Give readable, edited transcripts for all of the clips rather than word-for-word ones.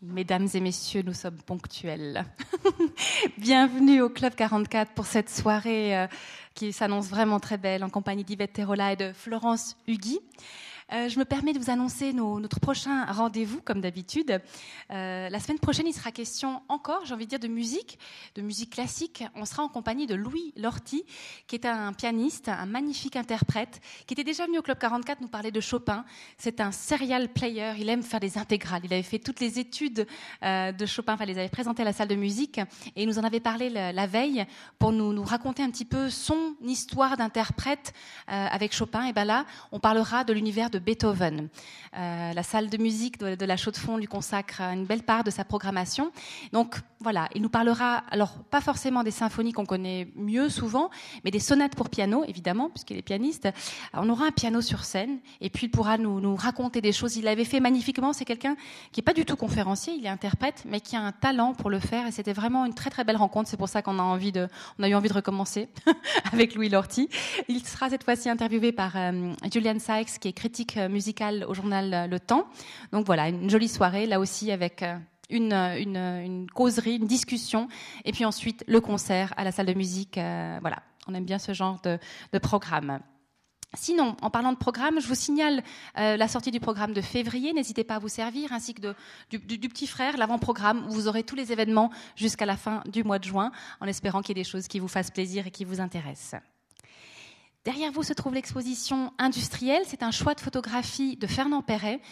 Mesdames et messieurs, nous sommes ponctuels. Bienvenue au Club 44 pour cette soirée qui s'annonce vraiment très belle en compagnie d'Yvette Terola et de Florence Hugui. Je me permets de vous annoncer notre prochain rendez-vous, comme d'habitude. La semaine prochaine, il sera question encore, j'ai envie de dire, de musique classique. On sera en compagnie de Louis Lorty, qui est un pianiste, un magnifique interprète, qui était déjà venu au Club 44 nous parler de Chopin. C'est un serial player, il aime faire des intégrales. Il avait fait toutes les études de Chopin, enfin, il les avait présentées à la salle de musique, et il nous en avait parlé la veille pour nous raconter un petit peu son histoire d'interprète avec Chopin. Et ben là, on parlera de l'univers de Beethoven. La salle de musique de la Chaux-de-Fonds lui consacre une belle part de sa programmation. Donc voilà, il nous parlera, alors pas forcément des symphonies qu'on connaît mieux souvent, mais des sonates pour piano, évidemment, puisqu'il est pianiste. Alors, on aura un piano sur scène, et puis il pourra nous raconter des choses. Il l'avait fait magnifiquement, c'est quelqu'un qui n'est pas du tout conférencier, il est interprète, mais qui a un talent pour le faire, et c'était vraiment une très très belle rencontre. C'est pour ça qu'on a eu envie de recommencer avec Louis Lorty. Il sera cette fois-ci interviewé par Julian Sykes, qui est critique musicale au journal Le Temps. Donc voilà, une jolie soirée, là aussi avec une causerie, une discussion, et puis ensuite le concert à la salle de musique. Voilà, on aime bien ce genre de programme. Sinon, en parlant de programme, je vous signale la sortie du programme de février. N'hésitez pas à vous servir, ainsi que du petit frère, l'avant-programme, où vous aurez tous les événements jusqu'à la fin du mois de juin, en espérant qu'il y ait des choses qui vous fassent plaisir et qui vous intéressent. Derrière vous se trouve l'exposition industrielle. C'est un choix de photographie de Fernand Perret,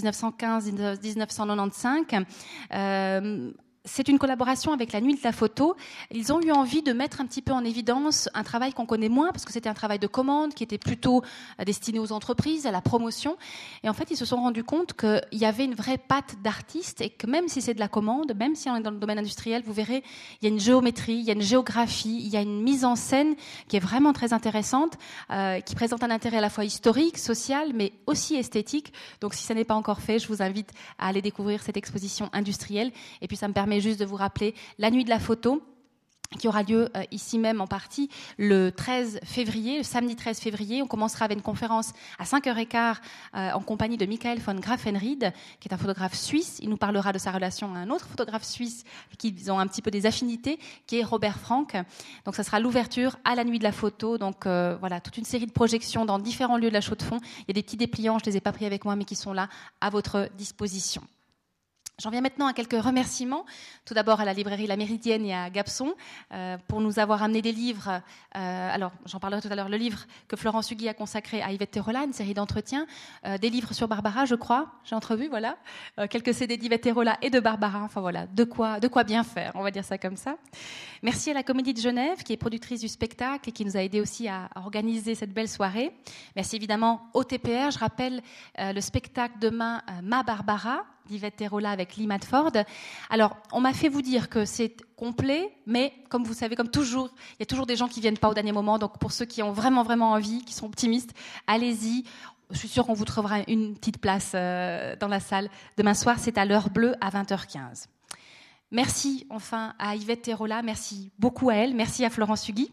1915-1995. C'est une collaboration avec la Nuit de la Photo. Ils ont eu envie de mettre un petit peu en évidence un travail qu'on connaît moins, parce que c'était un travail de commande qui était plutôt destiné aux entreprises, à la promotion. Et en fait, ils se sont rendus compte qu'il y avait une vraie patte d'artiste, et que même si c'est de la commande, même si on est dans le domaine industriel, vous verrez, il y a une géométrie, il y a une géographie, il y a une mise en scène qui est vraiment très intéressante, qui présente un intérêt à la fois historique, social, mais aussi esthétique. Donc si ça n'est pas encore fait, je vous invite à aller découvrir cette exposition industrielle. Et puis ça me permet juste de vous rappeler la Nuit de la Photo, qui aura lieu ici même en partie le 13 février, le samedi 13 février. On commencera avec une conférence à 5h15 en compagnie de Michael von Grafenried, qui est un photographe suisse. Il nous parlera de sa relation à un autre photographe suisse qui ont un petit peu des affinités, qui est Robert Frank. Donc ça sera l'ouverture à la Nuit de la Photo. Donc voilà, toute une série de projections dans différents lieux de la Chaux-de-Fonds. Il y a des petits dépliants, je ne les ai pas pris avec moi, mais qui sont là à votre disposition. J'en viens maintenant à quelques remerciements. Tout d'abord à la librairie La Méridienne et à Gapson pour nous avoir amené des livres. Alors, j'en parlerai tout à l'heure, le livre que Florence Hugui a consacré à Yvette Terola, une série d'entretiens, des livres sur Barbara, je crois, j'ai entrevu, voilà, quelques CD d'Yvette Terola et de Barbara, enfin voilà, de quoi bien faire, on va dire ça comme ça. Merci à la Comédie de Genève, qui est productrice du spectacle et qui nous a aidé aussi à organiser cette belle soirée. Merci évidemment au TPR, je rappelle le spectacle demain, Ma Barbara, d'Yvette Terola avec Lee Madford. Alors, on m'a fait vous dire que c'est complet, mais comme vous savez, comme toujours, il y a toujours des gens qui viennent pas au dernier moment. Donc, pour ceux qui ont vraiment, vraiment envie, qui sont optimistes, allez-y. Je suis sûre qu'on vous trouvera une petite place dans la salle. Demain soir, c'est à l'heure bleue à 20h15. Merci enfin à Yvette Terola, merci beaucoup à elle, merci à Florence Hugui.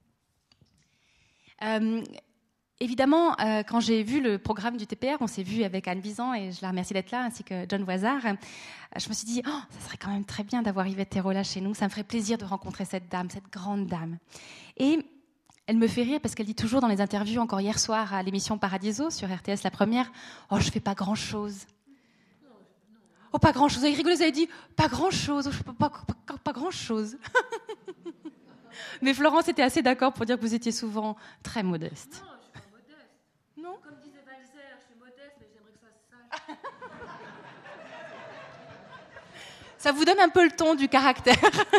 Évidemment, quand j'ai vu le programme du TPR, on s'est vu avec Anne Bizan, et je la remercie d'être là, ainsi que John Voisard. Je me suis dit, ça serait quand même très bien d'avoir Yvette Terola chez nous. Ça me ferait plaisir de rencontrer cette dame, cette grande dame. Et elle me fait rire parce qu'elle dit toujours dans les interviews, encore hier soir à l'émission Paradiso sur RTS, la première, « Oh, je fais pas grand-chose ». Oh, pas grand-chose. Vous avez rigolé, vous avez dit, pas grand-chose. Oh, pas grand-chose. Mais Florence était assez d'accord pour dire que vous étiez souvent très modeste. Non, comme disait Walzer, je suis modeste, mais j'aimerais que ça se sache. Ça vous donne un peu le ton du caractère.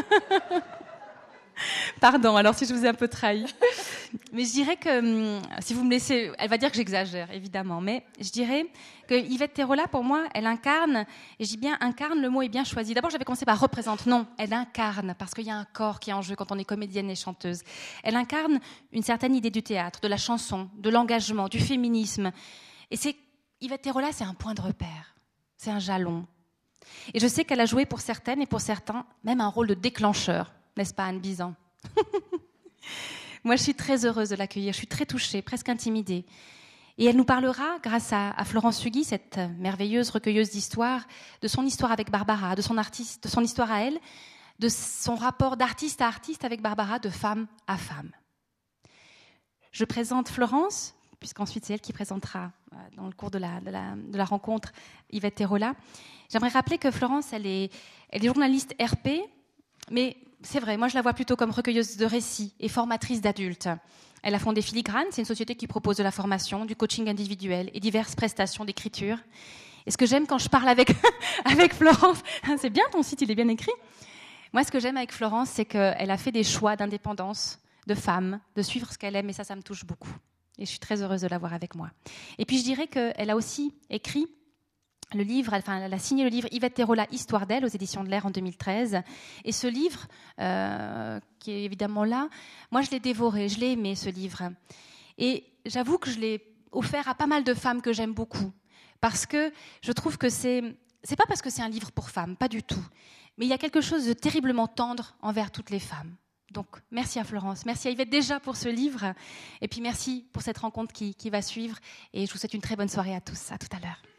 Pardon, alors si je vous ai un peu trahi. Mais je dirais que, si vous me laissez... Elle va dire que j'exagère, évidemment. Mais je dirais que Yvette Terola, pour moi, elle incarne... Et je dis bien incarne, le mot est bien choisi. D'abord, j'avais commencé par représente. Non, elle incarne, parce qu'il y a un corps qui est en jeu quand on est comédienne et chanteuse. Elle incarne une certaine idée du théâtre, de la chanson, de l'engagement, du féminisme. Et Yvette Terola, c'est un point de repère. C'est un jalon. Et je sais qu'elle a joué pour certaines et pour certains, même un rôle de déclencheur. N'est-ce pas, Anne Bizan? Moi, je suis très heureuse de l'accueillir. Je suis très touchée, presque intimidée. Et elle nous parlera, grâce à Florence Hugui, cette merveilleuse recueilleuse d'histoires, de son histoire avec Barbara, de son histoire à elle, de son rapport d'artiste à artiste avec Barbara, de femme à femme. Je présente Florence, puisqu'ensuite c'est elle qui présentera dans le cours de la rencontre Yvette Terola. J'aimerais rappeler que Florence, elle est journaliste RP, mais c'est vrai, moi je la vois plutôt comme recueilleuse de récits et formatrice d'adultes. Elle a fondé Filigrane, c'est une société qui propose de la formation, du coaching individuel et diverses prestations d'écriture. Et ce que j'aime quand je parle avec Florence, c'est bien ton site, il est bien écrit. Moi, ce que j'aime avec Florence, c'est qu'elle a fait des choix d'indépendance, de femme, de suivre ce qu'elle aime, et ça me touche beaucoup. Et je suis très heureuse de l'avoir avec moi. Et puis je dirais qu'elle a aussi écrit le livre, enfin elle a signé le livre Yvette Terola, Histoire d'elle, aux éditions de l'Air en 2013. Et ce livre, qui est évidemment là, moi je l'ai dévoré, je l'ai aimé ce livre. Et j'avoue que je l'ai offert à pas mal de femmes que j'aime beaucoup. Parce que je trouve que c'est pas parce que c'est un livre pour femmes, pas du tout. Mais il y a quelque chose de terriblement tendre envers toutes les femmes. Donc, merci à Florence, merci à Yvette déjà pour ce livre, et puis merci pour cette rencontre qui va suivre, et je vous souhaite une très bonne soirée à tous. À tout à l'heure.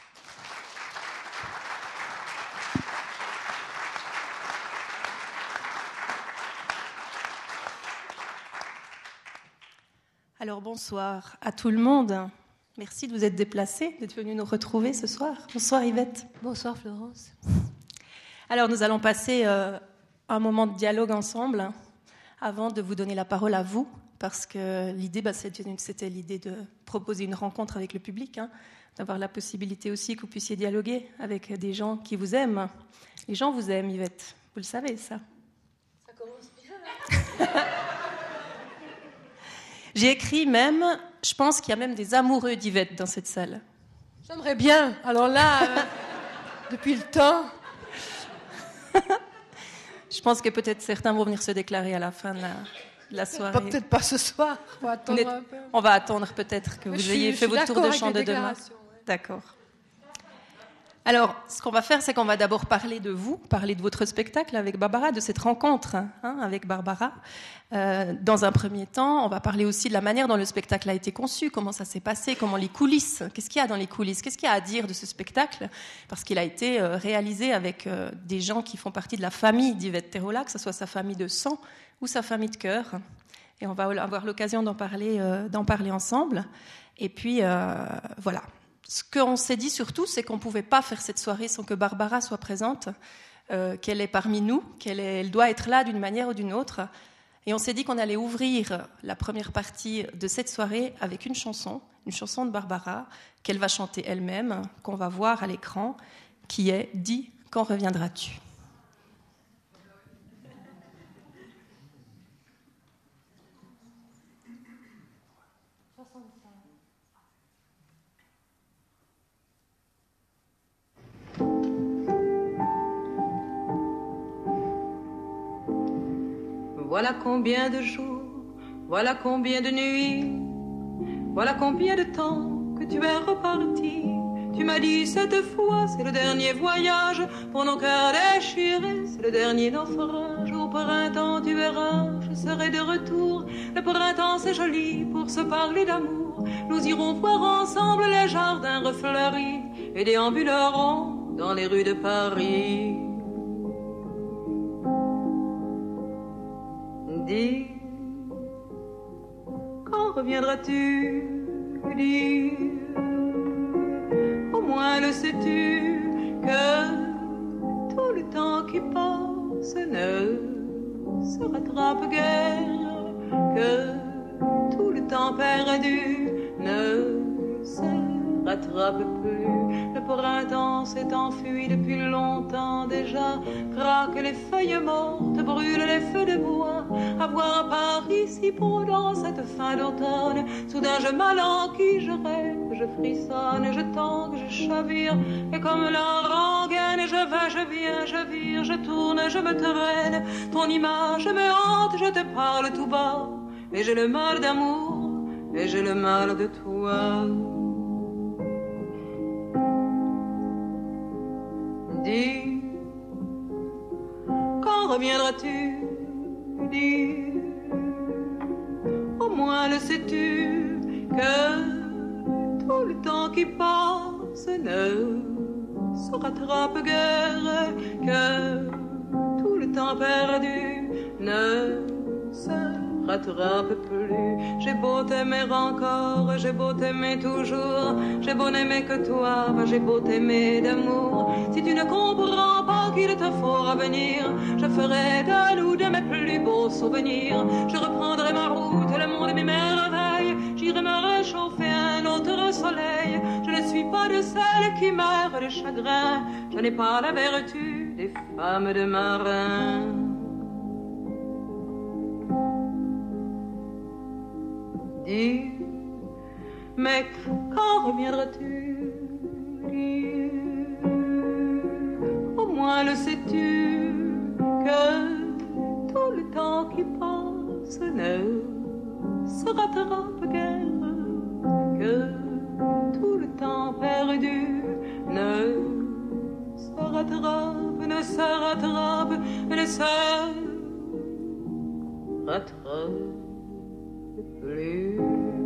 Alors, bonsoir à tout le monde. Merci de vous être déplacés, d'être venus nous retrouver ce soir. Bonsoir Yvette. Bonsoir Florence. Alors, nous allons passer un moment de dialogue ensemble avant de vous donner la parole à vous, parce que l'idée, c'était l'idée de proposer une rencontre avec le public, d'avoir la possibilité aussi que vous puissiez dialoguer avec des gens qui vous aiment. Les gens vous aiment, Yvette, vous le savez, ça. Ça commence bien. J'ai écrit même, je pense qu'il y a même des amoureux d'Yvette dans cette salle. J'aimerais bien. Alors là, depuis le temps... Je pense que peut-être certains vont venir se déclarer à la fin de la soirée. Peut-être pas ce soir. On va attendre un peu. On va attendre peut-être que vous ayez fait votre tour de chant de demain. Ouais. D'accord. Alors, ce qu'on va faire, c'est qu'on va d'abord parler de vous, parler de votre spectacle avec Barbara, de cette rencontre avec Barbara. Dans un premier temps, on va parler aussi de la manière dont le spectacle a été conçu, comment ça s'est passé, comment les coulisses, qu'est-ce qu'il y a dans les coulisses, qu'est-ce qu'il y a à dire de ce spectacle, parce qu'il a été réalisé avec des gens qui font partie de la famille d'Yvette Terola, que ce soit sa famille de sang ou sa famille de cœur. Et on va avoir l'occasion d'en parler ensemble. Et puis, voilà. Ce qu'on s'est dit surtout, c'est qu'on ne pouvait pas faire cette soirée sans que Barbara soit présente, qu'elle est parmi nous, elle doit être là d'une manière ou d'une autre. Et on s'est dit qu'on allait ouvrir la première partie de cette soirée avec une chanson de Barbara, qu'elle va chanter elle-même, qu'on va voir à l'écran, qui est « Dis, quand reviendras-tu » ? Voilà combien de jours, voilà combien de nuits, voilà combien de temps que tu es reparti. Tu m'as dit cette fois, c'est le dernier voyage pour nos cœurs déchirés, c'est le dernier naufrage. Au printemps, tu verras, je serai de retour. Le printemps, c'est joli pour se parler d'amour. Nous irons voir ensemble les jardins refleuris et déambulerons dans les rues de Paris. Dis, quand reviendras-tu? Dis, au moins le sais-tu que tout le temps qui passe ne se rattrape guère, que tout le temps perdu ne se rattrape plus. Le printemps s'est enfui depuis longtemps déjà, craquent les feuilles mortes, brûlent les feux de bois. À voir Paris si beau dans cette fin d'automne, soudain je m'alanguis, je rêve, je frissonne, je tangue, je chavire, et comme la rengaine, je vais, je viens, je vire, je tourne, je me traîne. Ton image me hante, je te parle tout bas, et j'ai le mal d'amour, et j'ai le mal de toi. Dis, quand reviendras-tu? Dis, au moins le sais-tu que tout le temps qui passe ne se rattrape guère, que tout le temps perdu ne se rattrape plus. J'ai beau t'aimer encore, j'ai beau t'aimer toujours, j'ai beau n'aimer que toi, j'ai beau t'aimer d'amour. Si tu ne comprends pas qu'il te faut revenir, je ferai de nous de mes plus beaux souvenirs. Je reprendrai ma route, le monde et mes merveilles, j'irai me réchauffer un autre soleil. Je ne suis pas de celles qui meurent de chagrin, je n'ai pas la vertu des femmes de marins. Dis, mais quand reviendras-tu? Dis, au moins le sais-tu que tout le temps qui passe ne se rattrape guère, que tout le temps perdu ne se rattrape, ne se rattrape, ne se rattrape plus.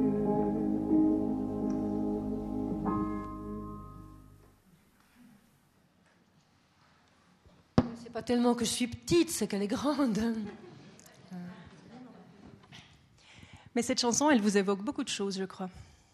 C'est pas tellement que je suis petite, c'est qu'elle est grande. Mais cette chanson, elle vous évoque beaucoup de choses, je crois.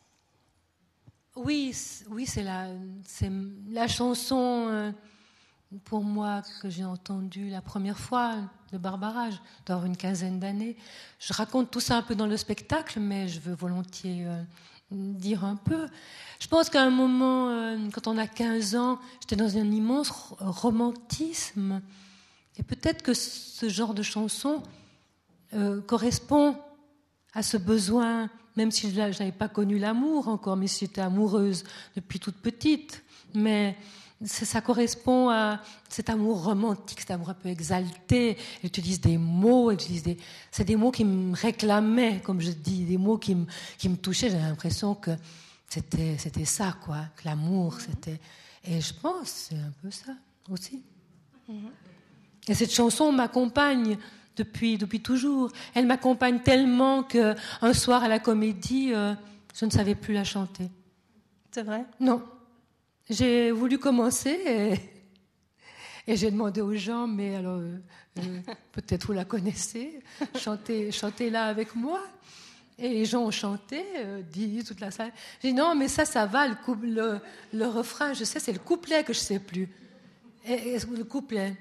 Oui, c'est la chanson pour moi que j'ai entendue la première fois de Barbara, je dois avoir une quinzaine d'années. Je raconte tout ça un peu dans le spectacle, mais je veux volontiers dire un peu. Je pense qu'à un moment, quand on a 15 ans, j'étais dans un immense romantisme. Et peut-être que ce genre de chanson correspond à ce besoin, même si je n'avais pas connu l'amour encore, mais si j'étais amoureuse depuis toute petite. Mais ça correspond à cet amour romantique, cet amour un peu exalté. Ils utilisent des mots, c'est des mots qui me réclamaient, comme je dis, des mots qui me touchaient. J'avais l'impression que c'était ça, quoi, que l'amour, c'était... Et je pense c'est un peu ça aussi. Et cette chanson m'accompagne depuis toujours. Elle m'accompagne tellement qu'un soir à la Comédie, je ne savais plus la chanter. C'est vrai? Non. J'ai voulu commencer et j'ai demandé aux gens, mais alors, peut-être vous la connaissez, chantez-la avec moi. Et les gens ont chanté, dit toute la salle. J'ai dit non, mais ça va, le refrain, je sais, c'est le couplet que je ne sais plus. Et le couplet.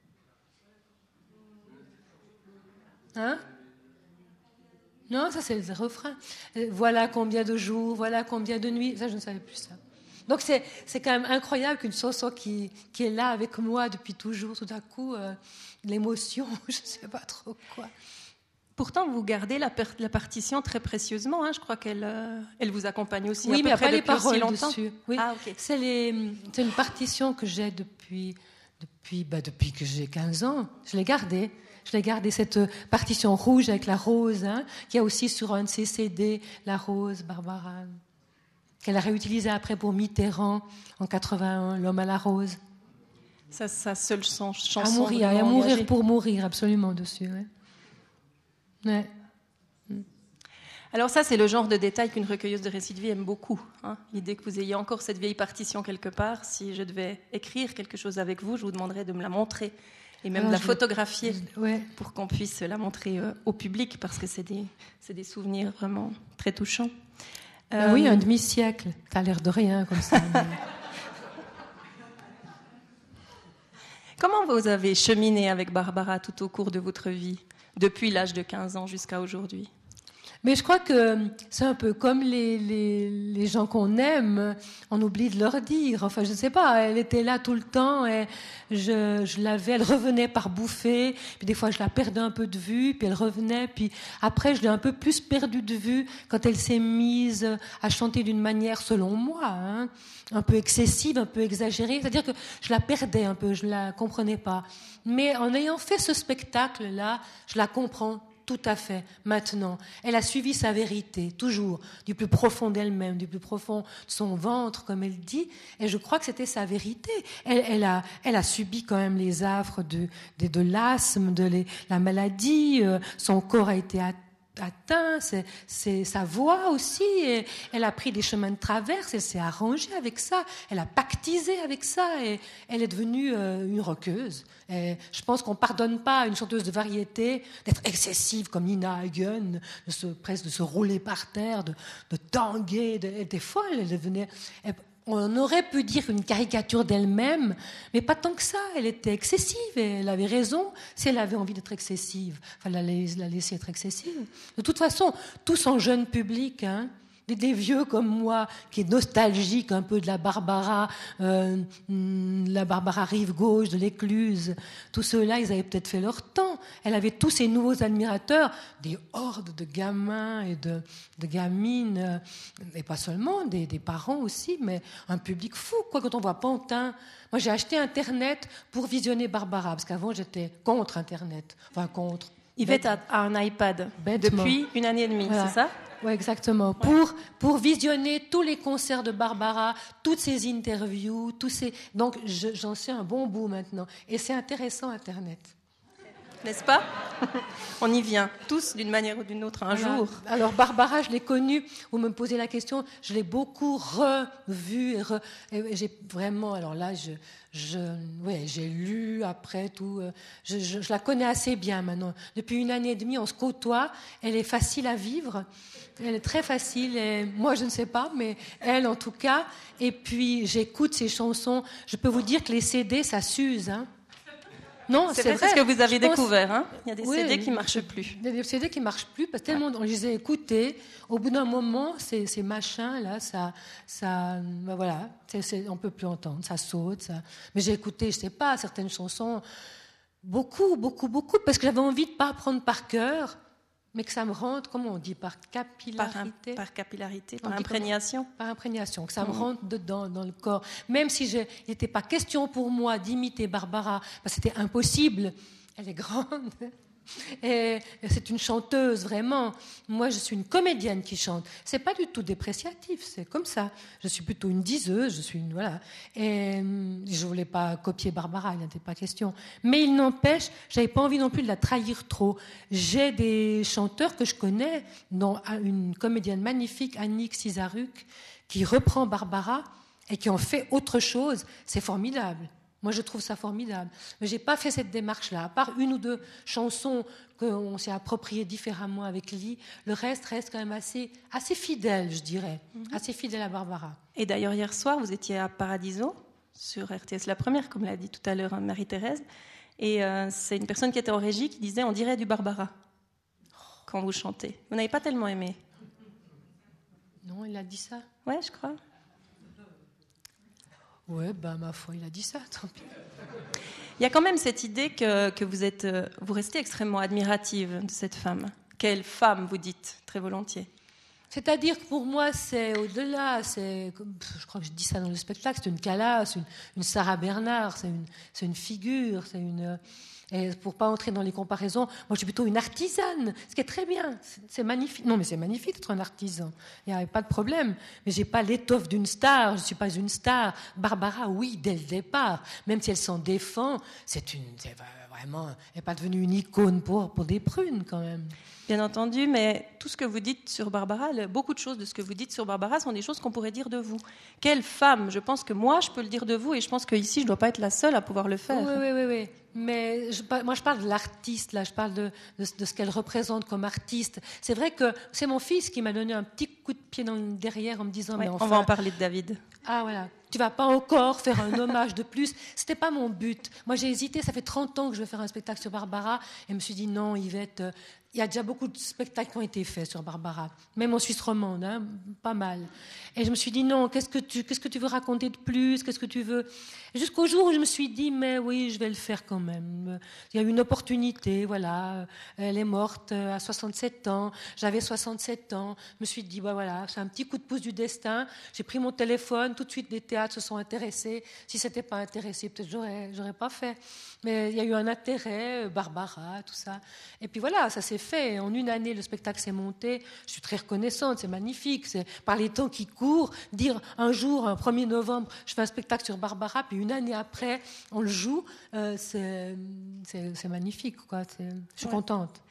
Hein? Non, ça c'est le refrain. Voilà combien de jours, voilà combien de nuits. Ça, je ne savais plus ça. Donc c'est quand même incroyable qu'une chanson qui est là avec moi depuis toujours, tout à coup, l'émotion, je ne sais pas trop quoi. Pourtant, vous gardez la partition très précieusement. Je crois qu'elle vous accompagne aussi. Oui, à peu mais il n'y a près pas les depuis aussi paroles longtemps. dessus. Oui. Ah, ok. C'est une partition que j'ai depuis que j'ai 15 ans. Je l'ai gardée. Cette partition rouge avec la rose, qui a aussi sur un de ses CD, la rose, Barbara, qu'elle a réutilisée après pour Mitterrand en 81, L'homme à la rose. Sa seule chanson. À mourir pour mourir, absolument, dessus. Ouais. Alors ça, c'est le genre de détail qu'une recueilleuse de récits de vie aime beaucoup. L'idée que vous ayez encore cette vieille partition quelque part. Si je devais écrire quelque chose avec vous, je vous demanderais de me la montrer. Et même de la photographier pour qu'on puisse la montrer au public, parce que c'est des souvenirs vraiment très touchants. Oui, un demi-siècle. Ça a l'air de rien comme ça. Comment vous avez cheminé avec Barbara tout au cours de votre vie, depuis l'âge de 15 ans jusqu'à aujourd'hui? Mais je crois que c'est un peu comme les gens qu'on aime, on oublie de leur dire. Enfin, je ne sais pas, elle était là tout le temps et elle revenait par bouffée, puis des fois je la perdais un peu de vue, puis elle revenait, puis après je l'ai un peu plus perdue de vue quand elle s'est mise à chanter d'une manière, selon moi, un peu excessive, un peu exagérée. C'est-à-dire que je la perdais un peu, je la comprenais pas. Mais en ayant fait ce spectacle-là, je la comprends tout à fait, maintenant. Elle a suivi sa vérité, toujours, du plus profond d'elle-même, du plus profond de son ventre, comme elle dit, et je crois que c'était sa vérité. Elle a subi quand même les affres de l'asthme, la maladie, son corps a été atteint, c'est sa voix aussi. Et elle a pris des chemins de traverse, elle s'est arrangée avec ça, elle a pactisé avec ça, et elle est devenue une rockeuse. Et je pense qu'on pardonne pas à une chanteuse de variété d'être excessive comme Nina Hagen, presque de se rouler par terre, de tanguer, elle était folle, elle devenait... On aurait pu dire une caricature d'elle-même, mais pas tant que ça. Elle était excessive et elle avait raison si elle avait envie d'être excessive. Enfin, la laisser être excessive. De toute façon, tous en jeune public, hein, des vieux comme moi, qui est nostalgique un peu de la Barbara rive gauche de l'Écluse, tous ceux-là, ils avaient peut-être fait leur temps. Elle avait tous ces nouveaux admirateurs, des hordes de gamins et de gamines, et pas seulement, des parents aussi, mais un public fou, quoi, quand on voit Pantin. Moi, j'ai acheté Internet pour visionner Barbara, parce qu'avant, j'étais contre Internet. Enfin, contre. Yvette a un iPad depuis 1 année et demie, voilà. C'est ça ? Oui, exactement. Pour visionner tous les concerts de Barbara, toutes ses interviews, donc j'en sais un bon bout maintenant. Et c'est intéressant, Internet. N'est-ce pas ? On y vient, tous d'une manière ou d'une autre, un jour. Alors Barbara, je l'ai connue, vous me posez la question, je l'ai beaucoup revue. Et j'ai vraiment, alors là, j'ai lu après tout. Je la connais assez bien maintenant. Depuis 1 année et demie, on se côtoie. Elle est facile à vivre. Elle est très facile. Et moi, je ne sais pas, mais elle, en tout cas. Et puis, j'écoute ses chansons. Je peux vous dire que les CD, ça s'use, hein. Non, c'est vrai, ce que vous avez découvert. Hein. Il y a des CD qui ne marchent plus. Il y a des CD qui ne marchent plus parce que tellement on les a écoutés. Au bout d'un moment, ces machins-là, ben voilà, on ne peut plus entendre. Ça saute. Mais j'ai écouté, je ne sais pas, certaines chansons, beaucoup, parce que j'avais envie de ne pas apprendre par cœur, mais que ça me rentre, comment on dit, par capillarité. Par capillarité, par imprégnation. Par imprégnation, que ça me rentre dedans, dans le corps. Même si il n'était pas question pour moi d'imiter Barbara, parce que c'était impossible. Elle est grande. Et c'est une chanteuse, vraiment. Moi, je suis une comédienne qui chante. C'est pas du tout dépréciatif, c'est comme ça. Je suis plutôt une diseuse, voilà. Et je voulais pas copier Barbara, il n'était pas question. Mais il n'empêche, j'avais pas envie non plus de la trahir trop. J'ai des chanteurs que je connais, dont une comédienne magnifique, Annick Cizaruk, qui reprend Barbara et qui en fait autre chose. C'est formidable. Moi, je trouve ça formidable. Mais je n'ai pas fait cette démarche-là. À part 1 ou 2 chansons qu'on s'est appropriées différemment avec Lee, le reste quand même assez fidèle, je dirais. Assez fidèle à Barbara. Et d'ailleurs, hier soir, vous étiez à Paradiso, sur RTS La Première, comme l'a dit tout à l'heure Marie-Thérèse. Et c'est une personne qui était en régie qui disait « on dirait du Barbara » quand vous chantez. Vous n'avez pas tellement aimé ? Non, il a dit ça. Ouais, je crois. Ouais, ma foi, il a dit ça, tant pis. Il y a quand même cette idée que vous restez extrêmement admirative de cette femme. Quelle femme, vous dites, très volontiers. C'est-à-dire que pour moi, c'est au-delà. Je crois que je dis ça dans le spectacle, c'est une Calas, une Sarah Bernard, c'est une figure, c'est une... Et pour pas entrer dans les comparaisons, moi je suis plutôt une artisane, ce qui est très bien, c'est magnifique. Non mais c'est magnifique d'être un artisan, il n'y a pas de problème. Mais j'ai pas l'étoffe d'une star, je suis pas une star. Barbara, oui, dès le départ, même si elle s'en défend, c'est vraiment, elle n'est pas devenue une icône pour des prunes quand même. Bien entendu, mais tout ce que vous dites sur Barbara, beaucoup de choses de ce que vous dites sur Barbara sont des choses qu'on pourrait dire de vous. Quelle femme! Je pense que moi, je peux le dire de vous, et je pense qu'ici, je ne dois pas être la seule à pouvoir le faire. Oui. Mais moi, je parle de l'artiste, là. Je parle de ce qu'elle représente comme artiste. C'est vrai que c'est mon fils qui m'a donné un petit coup de pied dans le derrière en me disant... Ouais, mais enfin, on va en parler de David. Ah, voilà. Tu vas pas encore faire un hommage de plus. C'était pas mon but. Moi, j'ai hésité. Ça fait 30 ans que je veux faire un spectacle sur Barbara. Et je me suis dit, non, Yvette... Il y a déjà beaucoup de spectacles qui ont été faits sur Barbara, même en Suisse romande, hein, pas mal. Et je me suis dit non, qu'est-ce que tu veux raconter de plus, qu'est-ce que tu veux. Jusqu'au jour où je me suis dit mais oui, je vais le faire quand même. Il y a eu une opportunité, voilà. Elle est morte à 67 ans, j'avais 67 ans. Je me suis dit bah voilà, c'est un petit coup de pouce du destin. J'ai pris mon téléphone, tout de suite des théâtres se sont intéressés. Si c'était pas intéressé, peut-être j'aurais pas fait. Mais il y a eu un intérêt, Barbara, tout ça. Et puis voilà, ça s'est fait. En 1 année, le spectacle s'est monté. Je suis très reconnaissante, c'est magnifique. C'est par les temps qui courent, dire un jour, un 1er novembre, je fais un spectacle sur Barbara, puis 1 année après, on le joue, c'est magnifique, quoi. Je suis contente. Très.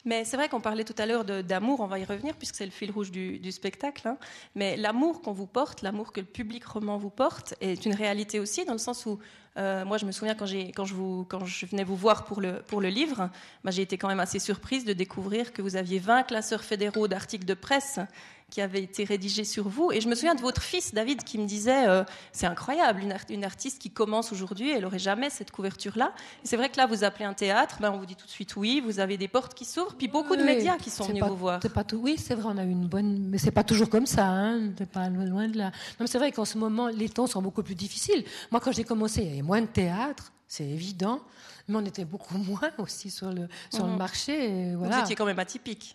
Mais c'est vrai qu'on parlait tout à l'heure d'amour, on va y revenir puisque c'est le fil rouge du spectacle. Hein. Mais l'amour qu'on vous porte, l'amour que le public roman vous porte, est une réalité aussi, dans le sens où, moi je me souviens quand je venais vous voir pour le livre, j'ai été quand même assez surprise de découvrir que vous aviez 20 classeurs fédéraux d'articles de presse qui avaient été rédigés sur vous. Et je me souviens de votre fils, David, qui me disait c'est incroyable, une artiste qui commence aujourd'hui, elle n'aurait jamais cette couverture-là. Et c'est vrai que là, vous appelez un théâtre, on vous dit tout de suite oui, vous avez des portes qui s'ouvrent, puis beaucoup de médias qui sont venus vous voir. C'est pas tout, oui, c'est vrai, on a eu une bonne... Mais c'est pas toujours comme ça, hein, c'est pas loin de là. Non, mais c'est vrai qu'en ce moment, les temps sont beaucoup plus difficiles. Moi, quand j'ai commencé, il y avait moins de théâtre, c'est évident, mais on était beaucoup moins aussi sur le marché. Et voilà. Vous étiez quand même atypique.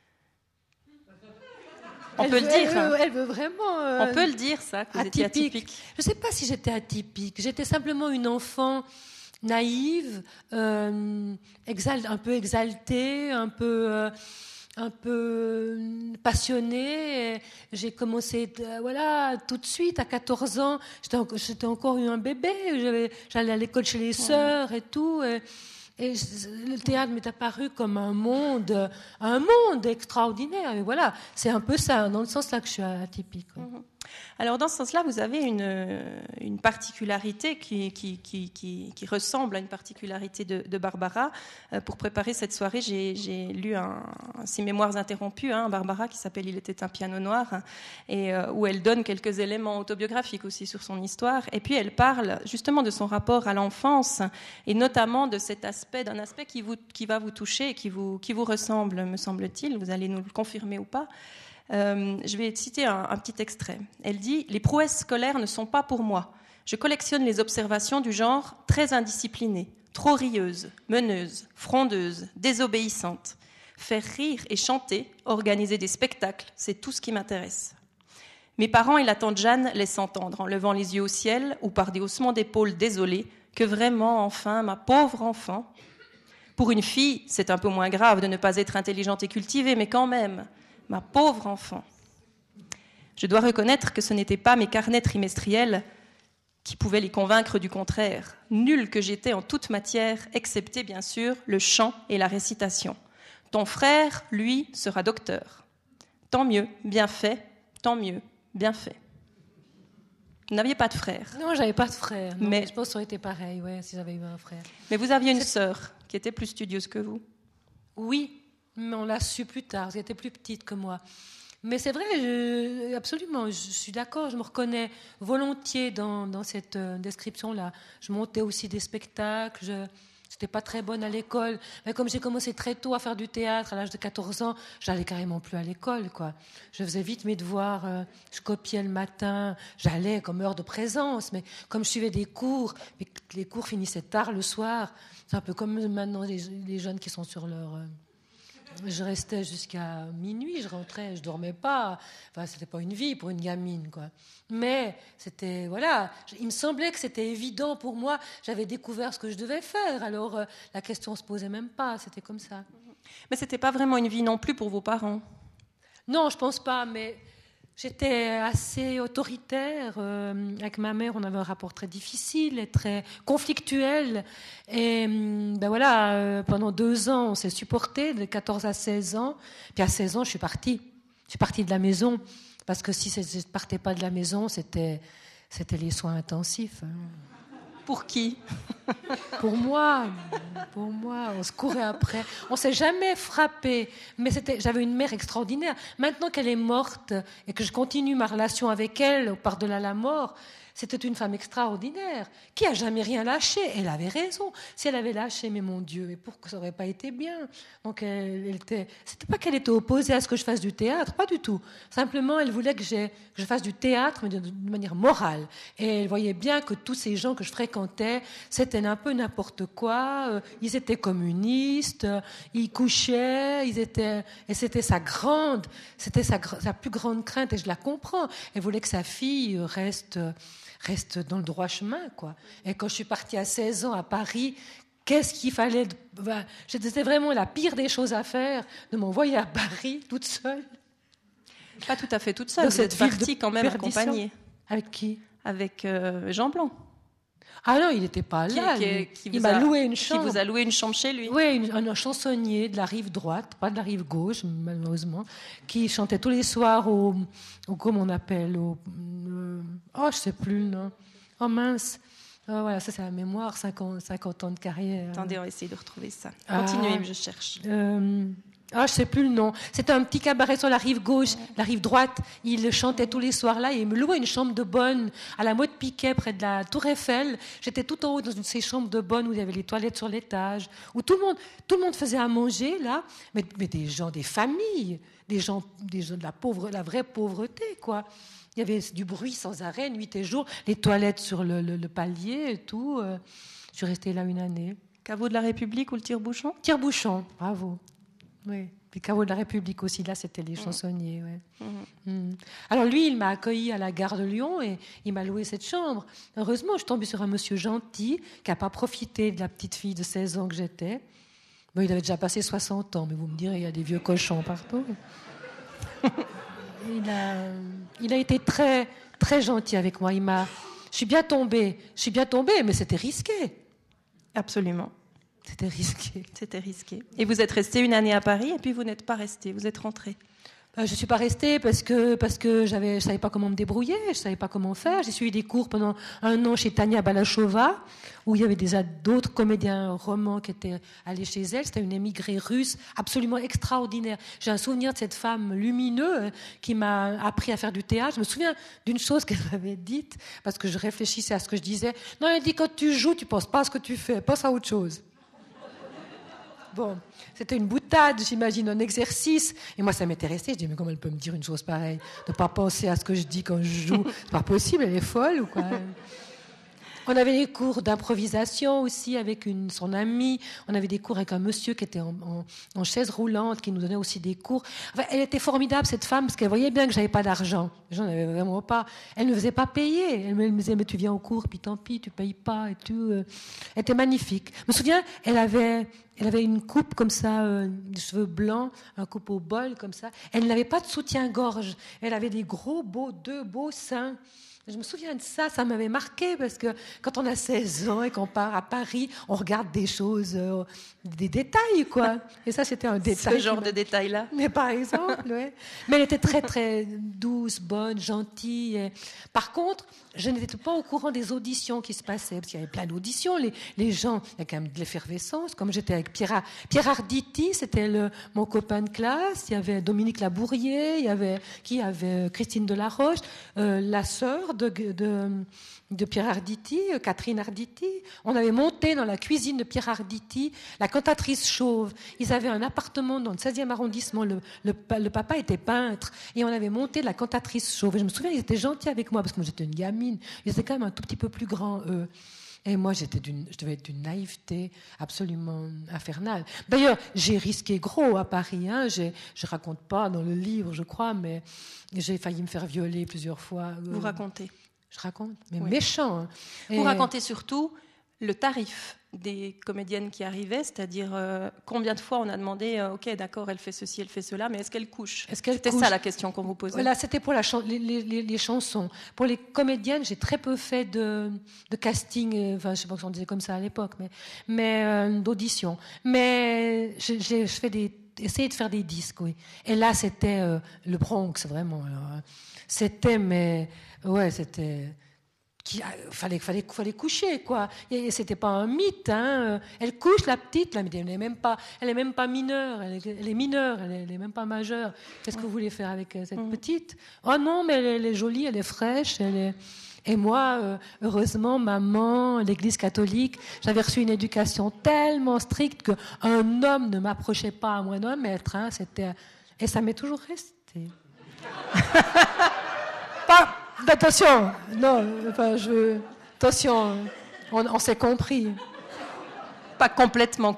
On peut le dire. Elle veut vraiment. On peut le dire, ça, que vous étiez atypique. Je ne sais pas si j'étais atypique. J'étais simplement une enfant naïve, un peu exaltée, un peu passionnée. J'ai commencé, tout de suite, à 14 ans. J'étais encore un bébé. J'allais à l'école chez les sœurs et tout. Et le théâtre m'est apparu comme un monde extraordinaire. Et voilà, c'est un peu ça, dans le sens là que je suis atypique. Alors dans ce sens-là, vous avez une particularité qui ressemble à une particularité de Barbara. Pour préparer cette soirée, j'ai lu ses mémoires interrompus, Barbara, qui s'appelle « Il était un piano noir », et où elle donne quelques éléments autobiographiques aussi sur son histoire. Et puis elle parle justement de son rapport à l'enfance, et notamment de d'un aspect qui va vous toucher et qui vous ressemble, me semble-t-il. Vous allez nous le confirmer ou pas. Je vais citer un petit extrait. Elle dit « Les prouesses scolaires ne sont pas pour moi. Je collectionne les observations du genre très indisciplinées, trop rieuses, meneuses, frondeuses, désobéissantes. Faire rire et chanter, organiser des spectacles, c'est tout ce qui m'intéresse. » Mes parents et la tante Jeanne laissent entendre, en levant les yeux au ciel ou par des haussements d'épaules désolés, que vraiment, enfin, ma pauvre enfant... Pour une fille, c'est un peu moins grave de ne pas être intelligente et cultivée, mais quand même... Ma pauvre enfant. Je dois reconnaître que ce n'étaient pas mes carnets trimestriels qui pouvaient les convaincre du contraire. Nul que j'étais en toute matière, excepté bien sûr le chant et la récitation. Ton frère, lui, sera docteur. Tant mieux, bien fait, tant mieux, bien fait. Vous n'aviez pas de frère. Non, j'avais pas de frère. Non, mais je pense que ça aurait été pareil, si j'avais eu un frère. Mais vous aviez une sœur qui était plus studieuse que vous. Oui. Mais on l'a su plus tard, elle était plus petite que moi. Mais c'est vrai, absolument, je suis d'accord, je me reconnais volontiers dans cette description-là. Je montais aussi des spectacles, je n'étais pas très bonne à l'école. Mais comme j'ai commencé très tôt à faire du théâtre, à l'âge de 14 ans, j'allais carrément plus à l'école, quoi. Je faisais vite mes devoirs, je copiais le matin, j'allais comme heure de présence, mais comme je suivais des cours, et que les cours finissaient tard le soir, c'est un peu comme maintenant les jeunes qui sont sur leur... Je restais jusqu'à minuit, je rentrais, je dormais pas. Enfin, c'était pas une vie pour une gamine, quoi. Mais c'était, il me semblait que c'était évident pour moi. J'avais découvert ce que je devais faire, alors la question se posait même pas. C'était comme ça. Mais c'était pas vraiment une vie non plus pour vos parents. Non, je pense pas, mais j'étais assez autoritaire. Avec ma mère, on avait un rapport très difficile et très conflictuel. Et pendant 2 ans, on s'est supportés, de 14 à 16 ans. Puis à 16 ans, je suis partie. Je suis partie de la maison. Parce que si je ne partais pas de la maison, c'était les soins intensifs. Pour qui ? Pour moi, on se courait après. On s'est jamais frappé, mais j'avais une mère extraordinaire. Maintenant qu'elle est morte et que je continue ma relation avec elle par-delà la mort, c'était une femme extraordinaire qui a jamais rien lâché. Elle avait raison. Si elle avait lâché, mais mon Dieu, mais pourquoi ça aurait pas été bien ? Donc c'était pas qu'elle était opposée à ce que je fasse du théâtre, pas du tout. Simplement, elle voulait que je fasse du théâtre, mais de manière morale. Et elle voyait bien que tous ces gens que je fréquentais, c'était un peu n'importe quoi. Ils étaient communistes, ils couchaient, et c'était sa plus grande crainte, et je la comprends. Elle voulait que sa fille reste dans le droit chemin, quoi. Et quand je suis partie à 16 ans à Paris, qu'est-ce qu'il fallait... C'était vraiment la pire des choses à faire, de m'envoyer à Paris toute seule. Pas tout à fait toute seule, vous êtes partie quand même accompagnée. Avec qui ? Avec Jean Blanc. Ah non, il n'était pas là. Il m'a loué une chambre. Qui vous a loué une chambre chez lui? Oui, un chansonnier de la rive droite, pas de la rive gauche, malheureusement, qui chantait tous les soirs au comment on appelle, je sais plus le nom. Oh mince. Voilà, ça c'est la mémoire, 50 ans de carrière. Attendez, on va essayer de retrouver ça. Continuez, je cherche. Je sais plus le nom. C'était un petit cabaret sur la rive gauche, la rive droite. Il chantait tous les soirs là et il me louait une chambre de bonne à la Motte Piquet près de la Tour Eiffel. J'étais tout en haut dans une de ces chambres de bonne où il y avait les toilettes sur l'étage, où tout le monde faisait à manger là, mais des gens, des familles, des gens de la vraie pauvreté quoi. Il y avait du bruit sans arrêt, nuit et jour, les toilettes sur le palier et tout. Je suis restée là une année. Caveau de la République ou le Tire-Bouchon? Tire-Bouchon, bravo. Oui. Puis Caveau de la République aussi, là, c'était les chansonniers. Ouais. Alors lui, il m'a accueilli à la gare de Lyon et il m'a loué cette chambre. Heureusement, je suis tombée sur un monsieur gentil qui n'a pas profité de la petite fille de 16 ans que j'étais. Bon, il avait déjà passé 60 ans, mais vous me direz, il y a des vieux cochons partout. Il a été très, très gentil avec moi. Je suis bien tombée, mais c'était risqué. Absolument. C'était risqué. C'était risqué. Et vous êtes resté une année à Paris et puis vous n'êtes pas resté, vous êtes rentré. Je ne suis pas restée parce que je ne savais pas comment me débrouiller, je ne savais pas comment faire. J'ai suivi des cours pendant 1 an chez Tania Balachova, où il y avait d'autres comédiens romans qui étaient allés chez elle. C'était une émigrée russe absolument extraordinaire. J'ai un souvenir de cette femme lumineuse qui m'a appris à faire du théâtre. Je me souviens d'une chose qu'elle m'avait dite, parce que je réfléchissais à ce que je disais. Non, elle dit, quand tu joues, tu ne penses pas à ce que tu fais, pense à autre chose. Bon, c'était une boutade, j'imagine, un exercice. Et moi, ça m'était resté. Je dis, mais comment elle peut me dire une chose pareille? De ne pas penser à ce que je dis quand je joue. C'est pas possible, elle est folle ou quoi? On avait des cours d'improvisation aussi avec son amie. On avait des cours avec un monsieur qui était en chaise roulante, qui nous donnait aussi des cours. Enfin, elle était formidable, cette femme, parce qu'elle voyait bien que j'avais pas d'argent. J'en avais vraiment pas. Elle ne me faisait pas payer. Elle me disait, mais tu viens au cours, puis tant pis, tu payes pas et tout. Elle était magnifique. Je me souviens, elle avait une coupe comme ça, des cheveux blancs, un coupe au bol comme ça. Elle n'avait pas de soutien-gorge. Elle avait des deux beaux seins. Je me souviens de ça, ça m'avait marqué parce que quand on a 16 ans et qu'on part à Paris, on regarde des choses, des détails, quoi. Et ça, c'était un détail. Ce genre de détails-là. Mais par exemple, oui. Mais elle était très, très douce, bonne, gentille. Et... Par contre, je n'étais pas au courant des auditions qui se passaient, parce qu'il y avait plein d'auditions. Les gens, il y a quand même de l'effervescence. Comme j'étais avec Pierre Arditi, c'était mon copain de classe. Il y avait Dominique Labourier, il y avait Christine Delaroche, la sœur de Pierre Arditi, Catherine Arditi. On avait monté dans la cuisine de Pierre Arditi la cantatrice chauve. Ils avaient un appartement dans le 16e arrondissement. Le papa était peintre. Et on avait monté la cantatrice chauve. Et je me souviens, ils étaient gentils avec moi, parce que moi, j'étais une gamine. Ils étaient quand même un tout petit peu plus grands, eux. Et moi, je devais être d'une naïveté absolument infernale. D'ailleurs, j'ai risqué gros à Paris. Hein. Je raconte pas dans le livre, je crois, mais j'ai failli me faire violer plusieurs fois. Vous racontez? Je raconte, mais oui. Méchant. Hein. Vous racontez surtout le tarif des comédiennes qui arrivaient, c'est-à-dire combien de fois on a demandé, ok, d'accord, elle fait ceci, elle fait cela, mais est-ce qu'elle couche? C'était ça la question qu'on vous posait. Voilà, c'était pour les chansons. Pour les comédiennes, j'ai très peu fait de casting, enfin, je sais pas si on disait comme ça à l'époque, mais d'audition. Mais j'ai essayé de faire des disques, oui. Et là, c'était le Bronx, vraiment. Alors, c'était, mais ouais, c'était. Fallait coucher, quoi. Et c'était pas un mythe, hein. Elle couche, la petite, là, mais elle est même pas mineure. Elle est mineure, elle est même pas majeure. Qu'est-ce que vous voulez faire avec cette petite? Oh non, mais elle est jolie, elle est fraîche, Et moi, heureusement, maman, l'Église catholique, j'avais reçu une éducation tellement stricte qu'un homme ne m'approchait pas à moi d'un mètre, hein. Et ça m'est toujours resté. Pas. Attention, non, enfin, attention, on s'est compris. Pas complètement.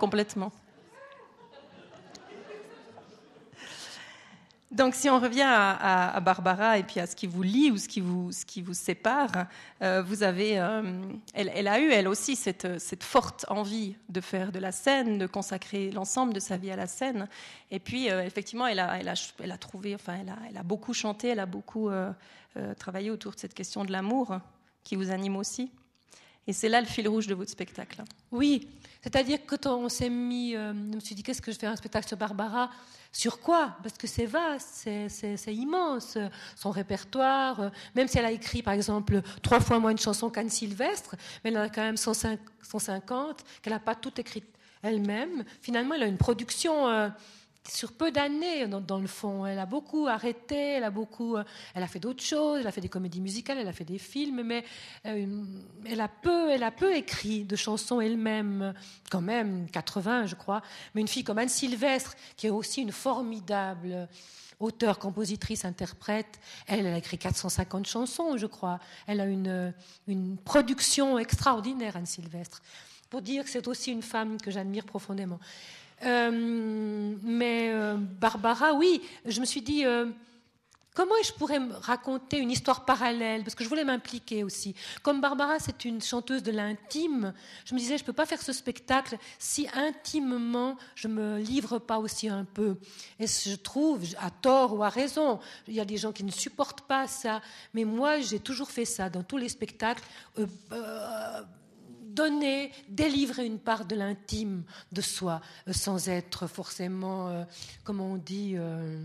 Donc, si on revient à Barbara et puis à ce qui vous lie ou ce qui vous sépare, vous avez, elle a eu elle aussi cette forte envie de faire de la scène, de consacrer l'ensemble de sa vie à la scène. Et puis, effectivement, elle a trouvé, enfin, elle a beaucoup chanté, elle a beaucoup travaillé autour de cette question de l'amour qui vous anime aussi. Et c'est là le fil rouge de votre spectacle. Oui, c'est-à-dire que quand on s'est mis, je me suis dit, qu'est-ce que je fais un spectacle sur Barbara? Sur quoi? Parce que c'est vaste, c'est immense, son répertoire. Même si elle a écrit, par exemple, 3 fois moins de chansons qu'Anne Sylvestre, mais elle en a quand même 150, qu'elle n'a pas toutes écrites elle-même. Finalement, elle a une production sur peu d'années, dans le fond. Elle a beaucoup arrêté, elle a fait d'autres choses, elle a fait des comédies musicales, elle a fait des films, mais elle a peu écrit de chansons elle-même, quand même, 80, je crois. Mais une fille comme Anne Sylvestre, qui est aussi une formidable auteure, compositrice, interprète, elle a écrit 450 chansons, je crois. Elle a une production extraordinaire, Anne Sylvestre. Pour dire que c'est aussi une femme que j'admire profondément. Mais Barbara, oui, je me suis dit, comment je pourrais raconter une histoire parallèle? Parce que je voulais m'impliquer aussi. Comme Barbara, c'est une chanteuse de l'intime, je me disais, je ne peux pas faire ce spectacle si intimement je ne me livre pas aussi un peu. Et je trouve, à tort ou à raison, il y a des gens qui ne supportent pas ça, mais moi, j'ai toujours fait ça dans tous les spectacles. Délivrer une part de l'intime de soi, sans être forcément, comment on dit,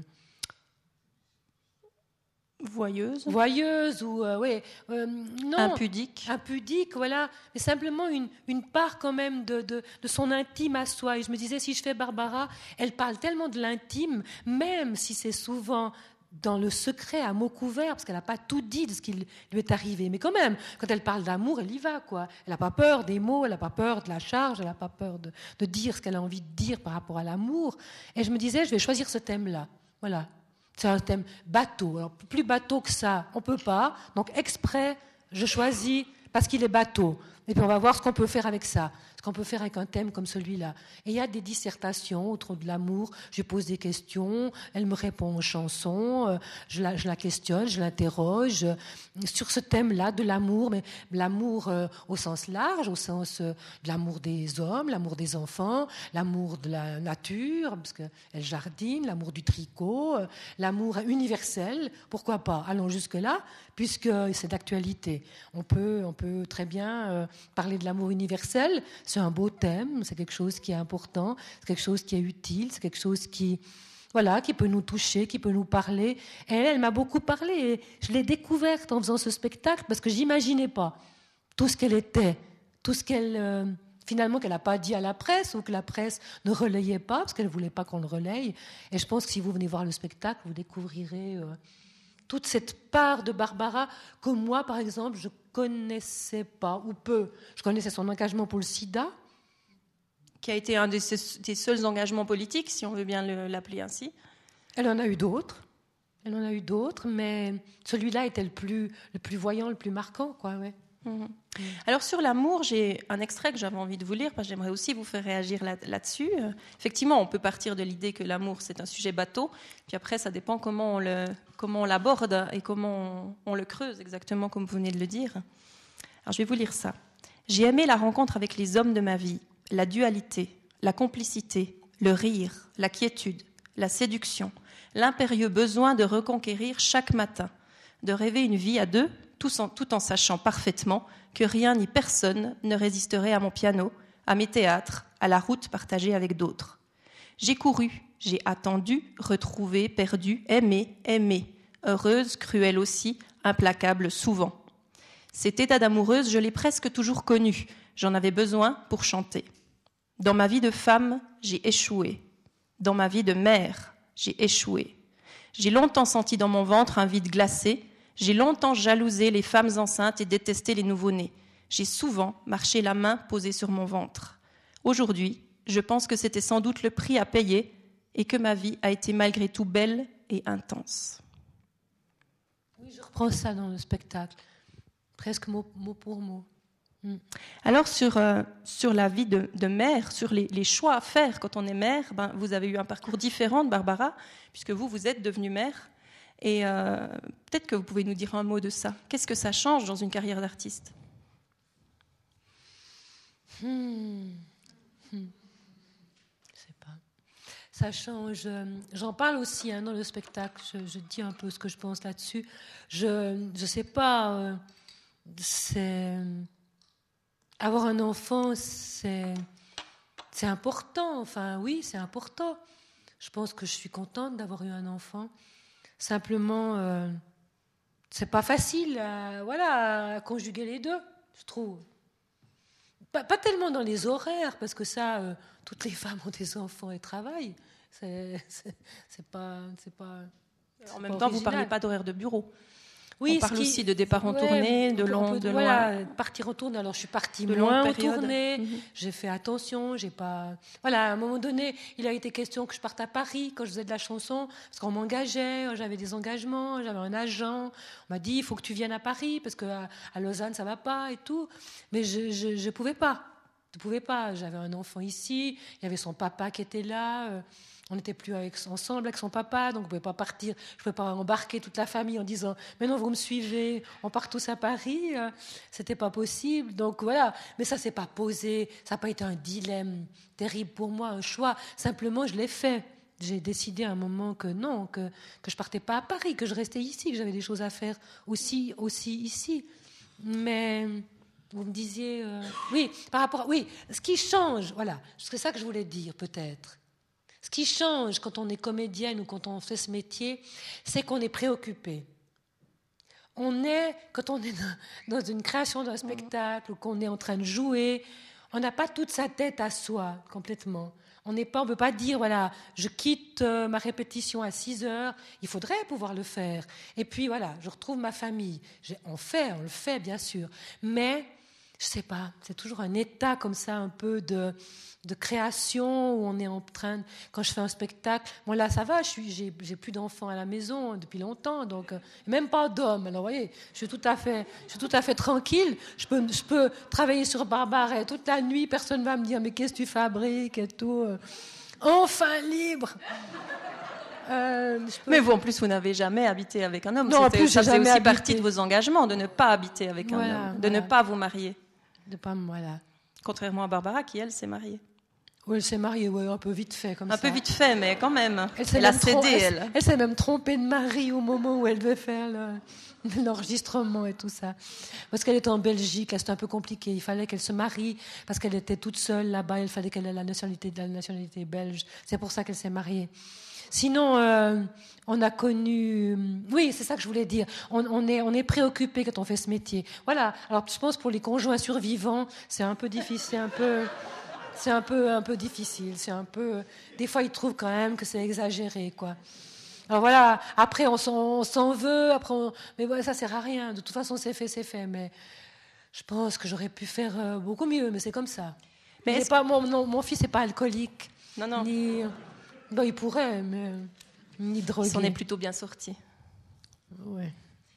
Voyeuse ou non, impudique, voilà, mais simplement une part quand même de son intime à soi. Et je me disais, si je fais Barbara, elle parle tellement de l'intime, même si c'est souvent dans le secret, à mots couverts, parce qu'elle n'a pas tout dit de ce qui lui est arrivé. Mais quand même, quand elle parle d'amour, elle y va, quoi. Elle n'a pas peur des mots, elle n'a pas peur de la charge, elle n'a pas peur de dire ce qu'elle a envie de dire par rapport à l'amour. Et je me disais, je vais choisir ce thème-là. Voilà. C'est un thème bateau. Alors, plus bateau que ça, on ne peut pas. Donc, exprès, je choisis parce qu'il est bateau. Et puis, on va voir ce qu'on peut faire avec ça. Ce qu'on peut faire avec un thème comme celui-là. Et il y a des dissertations autour de l'amour. Je pose des questions, elle me répond en chanson, je la questionne, je l'interroge sur ce thème-là de l'amour, mais l'amour au sens large, au sens de l'amour des hommes, l'amour des enfants, l'amour de la nature, parce qu'elle jardine, l'amour du tricot, l'amour universel, pourquoi pas? Allons jusque-là, puisque c'est d'actualité. On peut très bien parler de l'amour universel. C'est un beau thème, c'est quelque chose qui est important, c'est quelque chose qui est utile, c'est quelque chose qui peut nous toucher, qui peut nous parler. Et elle m'a beaucoup parlé. Et je l'ai découverte en faisant ce spectacle parce que j'imaginais pas tout ce qu'elle était, tout ce qu'elle finalement qu'elle n'a pas dit à la presse ou que la presse ne relayait pas parce qu'elle ne voulait pas qu'on le relaye. Et je pense que si vous venez voir le spectacle, vous découvrirez toute cette part de Barbara que moi, par exemple, je connaissais pas, ou peu. Je connaissais son engagement pour le sida. Qui a été un des seuls engagements politiques, si on veut bien l'appeler ainsi. Elle en a eu d'autres, mais celui-là était le plus voyant, le plus marquant, quoi, ouais. Mmh. Alors sur l'amour, j'ai un extrait que j'avais envie de vous lire parce que j'aimerais aussi vous faire réagir là-dessus. Effectivement, on peut partir de l'idée que l'amour c'est un sujet bateau, puis après ça dépend comment on l'aborde et comment on le creuse exactement comme vous venez de le dire. Alors je vais vous lire ça. J'ai aimé la rencontre avec les hommes de ma vie, la dualité, la complicité, le rire, la quiétude, la séduction, l'impérieux besoin de reconquérir chaque matin, de rêver une vie à deux, tout en sachant parfaitement que rien ni personne ne résisterait à mon piano, à mes théâtres, à la route partagée avec d'autres. J'ai couru, j'ai attendu, retrouvé, perdu, aimé, heureuse, cruelle aussi, implacable souvent. Cet état d'amoureuse, je l'ai presque toujours connu, j'en avais besoin pour chanter. Dans ma vie de femme, j'ai échoué. Dans ma vie de mère, j'ai échoué. J'ai longtemps senti dans mon ventre un vide glacé. J'ai longtemps jalousé les femmes enceintes et détesté les nouveau-nés. J'ai souvent marché la main posée sur mon ventre. Aujourd'hui, je pense que c'était sans doute le prix à payer et que ma vie a été malgré tout belle et intense. Oui, je reprends ça dans le spectacle, presque mot pour mot. Alors sur la vie de mère, sur les choix à faire quand on est mère, vous avez eu un parcours différent de Barbara, puisque vous êtes devenue mère. Et peut-être que vous pouvez nous dire un mot de ça. Qu'est-ce que ça change dans une carrière d'artiste ? Je sais pas. Ça change. J'en parle aussi dans le spectacle. Je dis un peu ce que je pense là-dessus. Je sais pas. avoir un enfant, c'est important. Enfin, oui, c'est important. Je pense que je suis contente d'avoir eu un enfant. Simplement, c'est pas facile à conjuguer les deux, je trouve. Pas tellement dans les horaires, parce que ça, toutes les femmes ont des enfants et travaillent. C'est pas En même temps, vous ne parlez pas d'horaire de bureau. Oui, on parle aussi de départ en tournée, de loin. Partir en tournée. Alors, je suis partie moins en tournée. J'ai fait attention. J'ai pas. Voilà, à un moment donné, il a été question que je parte à Paris quand je faisais de la chanson, parce qu'on m'engageait. J'avais des engagements. J'avais un agent. On m'a dit, il faut que tu viennes à Paris parce que à Lausanne, ça va pas et tout. Mais je pouvais pas. Je pouvais pas. J'avais un enfant ici. Il y avait son papa qui était là. On n'était plus ensemble avec son papa, donc on ne pouvait pas partir. Je ne pouvais pas embarquer toute la famille en disant « Mais non, vous me suivez, on part tous à Paris. » C'était pas possible. Donc voilà. Mais ça s'est pas posé. Ça n'a pas été un dilemme terrible pour moi, un choix. Simplement, je l'ai fait. J'ai décidé à un moment que non, que je partais pas à Paris, que je restais ici, que j'avais des choses à faire aussi ici. Mais vous me disiez... Oui, par rapport... Oui, ce qui change, voilà. C'est ça que je voulais dire, peut-être. Ce qui change quand on est comédienne ou quand on fait ce métier, c'est qu'on est préoccupé. Quand on est dans une création d'un spectacle ou qu'on est en train de jouer, on n'a pas toute sa tête à soi complètement. On ne peut pas dire, voilà, je quitte ma répétition à 6h, il faudrait pouvoir le faire. Et puis voilà, je retrouve ma famille. On le fait bien sûr. Mais, je ne sais pas, c'est toujours un état comme ça, un peu de création où on est en train quand je fais un spectacle, bon là ça va, j'ai plus d'enfants à la maison depuis longtemps, donc même pas d'hommes. Alors vous voyez, je suis tout à fait tranquille. Je peux travailler sur Barbara toute la nuit, personne va me dire mais qu'est-ce que tu fabriques et tout. Enfin libre. Mais vous, en plus, vous n'avez jamais habité avec un homme. Non, en plus, ça faisait aussi partie de vos engagements, de ne pas habiter avec un homme, de ne pas vous marier. Voilà. Contrairement à Barbara, qui, elle, s'est mariée. Oui, elle s'est mariée, un peu vite fait, comme ça. Un peu vite fait, mais quand même. Elle a cédé, elle. Elle s'est même trompée de mari au moment où elle devait faire l'enregistrement et tout ça. Parce qu'elle était en Belgique, là, c'était un peu compliqué. Il fallait qu'elle se marie, parce qu'elle était toute seule là-bas. Il fallait qu'elle ait la nationalité belge. C'est pour ça qu'elle s'est mariée. Sinon, on a connu... Oui, c'est ça que je voulais dire. On est préoccupé quand on fait ce métier. Voilà. Alors, je pense pour les conjoints survivants, c'est un peu difficile, c'est un peu difficile. C'est un peu... Des fois, ils trouvent quand même que c'est exagéré, quoi. Alors voilà. Après, on s'en veut. Mais voilà, ça sert à rien. De toute façon, c'est fait. Mais je pense que j'aurais pu faire beaucoup mieux. Mais c'est comme ça. Mais mon fils n'est pas alcoolique. Non. Ben, il pourrait, mais ni drogué. Il s'en est plutôt bien sorti. Ouais.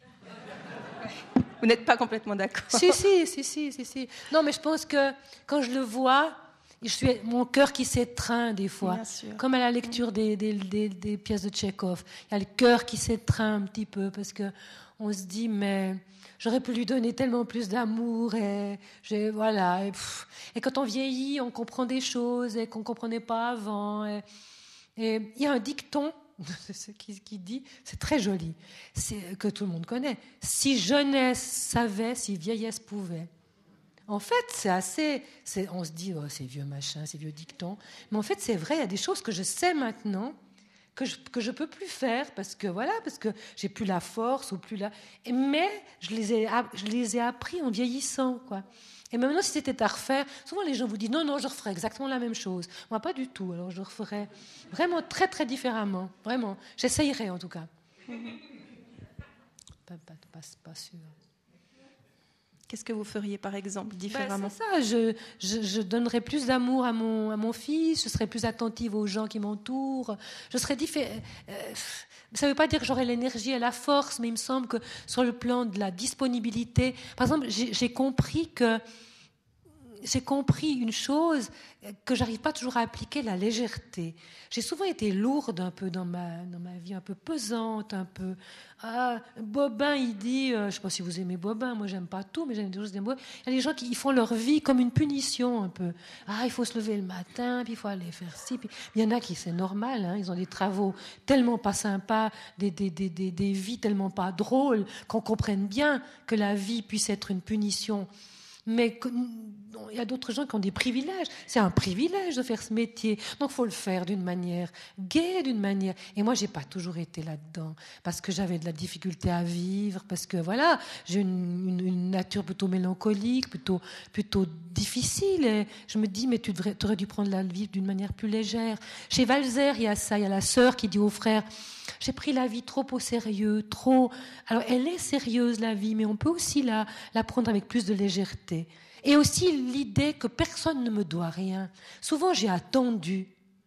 Vous n'êtes pas complètement d'accord? Si. Non, mais je pense que quand je le vois, mon cœur qui s'étreint des fois. Comme à la lecture des pièces de Tchekhov. Il y a le cœur qui s'étreint un petit peu parce qu'on se dit, mais j'aurais pu lui donner tellement plus d'amour. Voilà. Et quand on vieillit, on comprend des choses qu'on ne comprenait pas avant. Et il y a un dicton qui dit, c'est très joli, que tout le monde connaît. Si jeunesse savait, si vieillesse pouvait. En fait, on se dit, c'est vieux machin, c'est vieux dicton. Mais en fait, c'est vrai, il y a des choses que je sais maintenant que je peux plus faire parce que j'ai plus la force ou plus la. Mais je les ai appris en vieillissant, quoi. Et maintenant, si c'était à refaire, souvent les gens vous disent non, je referais exactement la même chose. Moi, pas du tout. Alors, je referais vraiment très, très différemment. Vraiment. J'essayerais, en tout cas. Pas sûr. Qu'est-ce que vous feriez, par exemple, différemment? C'est ça. Je donnerais plus d'amour à mon fils. Je serais plus attentive aux gens qui m'entourent. Je serais différente. Ça ne veut pas dire que j'aurais l'énergie et la force, mais il me semble que sur le plan de la disponibilité, par exemple, j'ai compris une chose que j'arrive pas toujours à appliquer, la légèreté. J'ai souvent été lourde un peu dans ma vie, un peu pesante, un peu. Bobin, il dit, je sais pas si vous aimez Bobin, moi j'aime pas tout, mais j'aime des choses d'aimer. Il y a des gens qui font leur vie comme une punition un peu. Il faut se lever le matin, puis il faut aller faire ci. Puis il y en a qui c'est normal, hein, ils ont des travaux tellement pas sympas, des vies tellement pas drôles, qu'on comprenne bien que la vie puisse être une punition. Mais il y a d'autres gens qui ont des privilèges. C'est un privilège de faire ce métier. Donc, il faut le faire d'une manière gaie, d'une manière... Et moi, je n'ai pas toujours été là-dedans, parce que j'avais de la difficulté à vivre, parce que, voilà, j'ai une nature plutôt mélancolique, plutôt difficile. Et je me dis, mais tu aurais dû prendre la vie d'une manière plus légère. Chez Walzer, il y a ça. Il y a la sœur qui dit au frère, j'ai pris la vie trop au sérieux, trop... Alors, elle est sérieuse, la vie, mais on peut aussi la prendre avec plus de légèreté. Et aussi l'idée que personne ne me doit rien. Souvent, j'ai attendu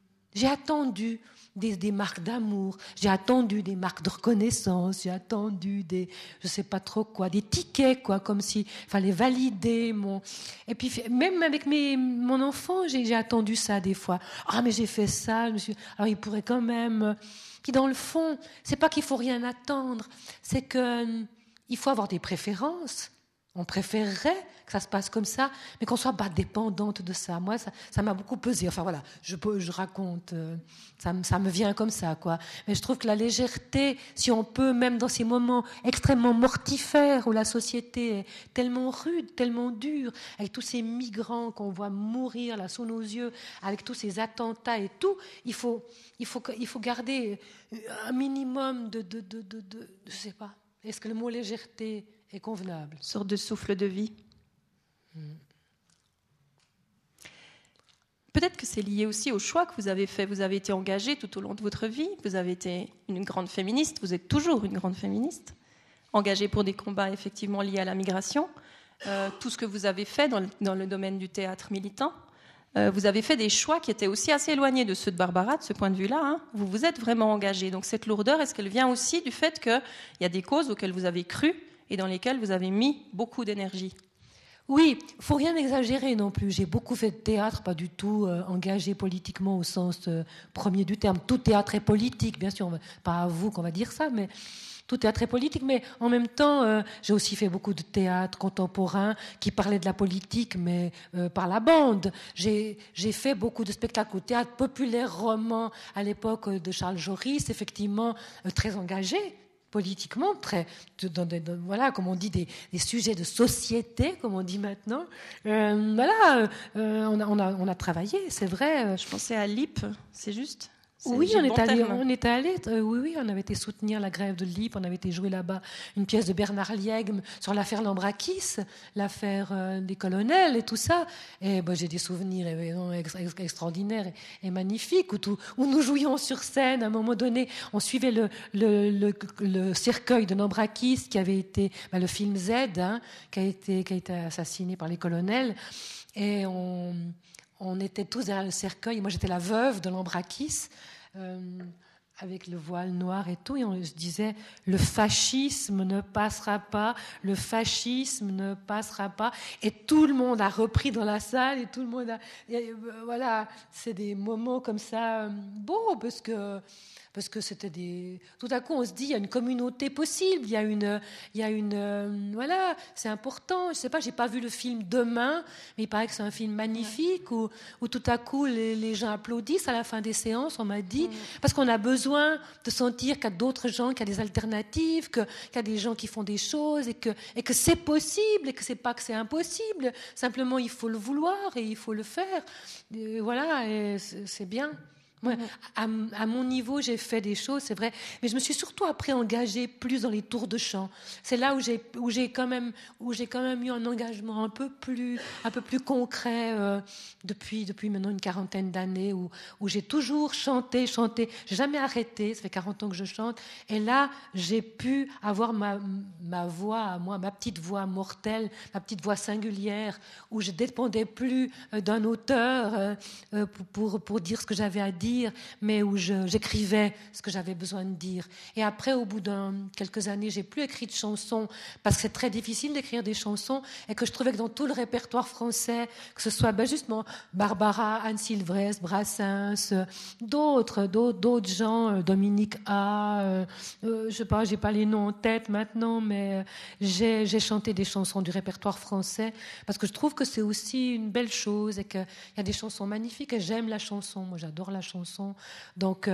des marques d'amour, j'ai attendu des marques de reconnaissance, j'ai attendu des, je sais pas trop quoi, des tickets, quoi, comme s'il fallait valider mon... Et puis, même avec mon enfant, j'ai attendu ça des fois. Ah, mais j'ai fait ça, alors il pourrait quand même... Puis dans le fond, c'est pas qu'il faut rien attendre, c'est que il faut avoir des préférences. On préférerait que ça se passe comme ça, mais qu'on soit pas dépendante de ça. Moi, ça m'a beaucoup pesé. Enfin voilà, je raconte, ça me vient comme ça, quoi. Mais je trouve que la légèreté, si on peut, même dans ces moments extrêmement mortifères où la société est tellement rude, tellement dure, avec tous ces migrants qu'on voit mourir là sous nos yeux, avec tous ces attentats et tout, il faut garder un minimum de je sais pas. Est-ce que le mot légèreté est convenable? Une sorte de souffle de vie. Peut-être que c'est lié aussi au choix que vous avez fait. Vous avez été engagée tout au long de votre vie. Vous avez été une grande féministe. Vous êtes toujours une grande féministe. Engagée pour des combats effectivement liés à la migration. Tout ce que vous avez fait dans le domaine du théâtre militant. Vous avez fait des choix qui étaient aussi assez éloignés de ceux de Barbara, de ce point de vue-là. Hein. Vous vous êtes vraiment engagée. Donc cette lourdeur, est-ce qu'elle vient aussi du fait qu'il y a des causes auxquelles vous avez cru et dans lesquelles vous avez mis beaucoup d'énergie? Oui, il ne faut rien exagérer non plus. J'ai beaucoup fait de théâtre, pas du tout engagé politiquement au sens premier du terme. Tout théâtre est politique, bien sûr, pas à vous qu'on va dire ça, mais tout théâtre est politique. Mais en même temps, j'ai aussi fait beaucoup de théâtre contemporain qui parlait de la politique, mais par la bande. J'ai fait beaucoup de spectacles au théâtre populaire roman à l'époque de Charles Joris, effectivement très engagé. Politiquement, voilà, comme on dit, des sujets de société, comme on dit maintenant. On a travaillé, c'est vrai. Je pensais à LIP, c'est juste? Oui, on avait été soutenir la grève de LIP, on avait été jouer là-bas une pièce de Bernard Liegme sur l'affaire Lambrakis, l'affaire des colonels et tout ça. Et j'ai des souvenirs extraordinaires et magnifiques où nous jouions sur scène. À un moment donné, on suivait le cercueil de Lambrakis qui avait été le film Z, hein, qui a été assassiné par les colonels. Et on était tous derrière le cercueil. Moi, j'étais la veuve de Lambrakis, avec le voile noir et tout. Et on se disait, le fascisme ne passera pas, le fascisme ne passera pas. Et tout le monde a repris dans la salle, et tout le monde a... voilà, c'est des moments comme ça beaux, parce que c'était des... Tout à coup, on se dit, il y a une communauté possible, il y a une voilà, c'est important. Je sais pas, j'ai pas vu le film Demain, mais il paraît que c'est un film magnifique, où tout à coup, les gens applaudissent à la fin des séances, on m'a dit, parce qu'on a besoin de sentir qu'il y a d'autres gens, qu'il y a des alternatives, qu'il y a des gens qui font des choses, et que c'est possible, et que c'est pas que c'est impossible. Simplement, il faut le vouloir, et il faut le faire. Et voilà, et c'est bien. Ouais, à mon niveau, j'ai fait des choses, c'est vrai, mais je me suis surtout après engagée plus dans les tours de chant. C'est là où j'ai quand même eu un engagement un peu plus concret depuis maintenant une quarantaine d'années, où j'ai toujours chanté. J'ai jamais arrêté. Ça fait 40 ans que je chante, et là j'ai pu avoir ma voix à moi, ma petite voix mortelle, ma petite voix singulière, où je dépendais plus d'un auteur pour dire ce que j'avais à dire, mais où j'écrivais ce que j'avais besoin de dire. Et après, au bout de quelques années, j'ai plus écrit de chansons, parce que c'est très difficile d'écrire des chansons, et que je trouvais que dans tout le répertoire français, que ce soit justement Barbara, Anne Sylvestre, Brassens, d'autres gens, Dominique A, je sais pas, j'ai pas les noms en tête maintenant, mais j'ai chanté des chansons du répertoire français, parce que je trouve que c'est aussi une belle chose, et qu'il y a des chansons magnifiques, et j'aime la chanson. Moi, j'adore la chanson. Donc,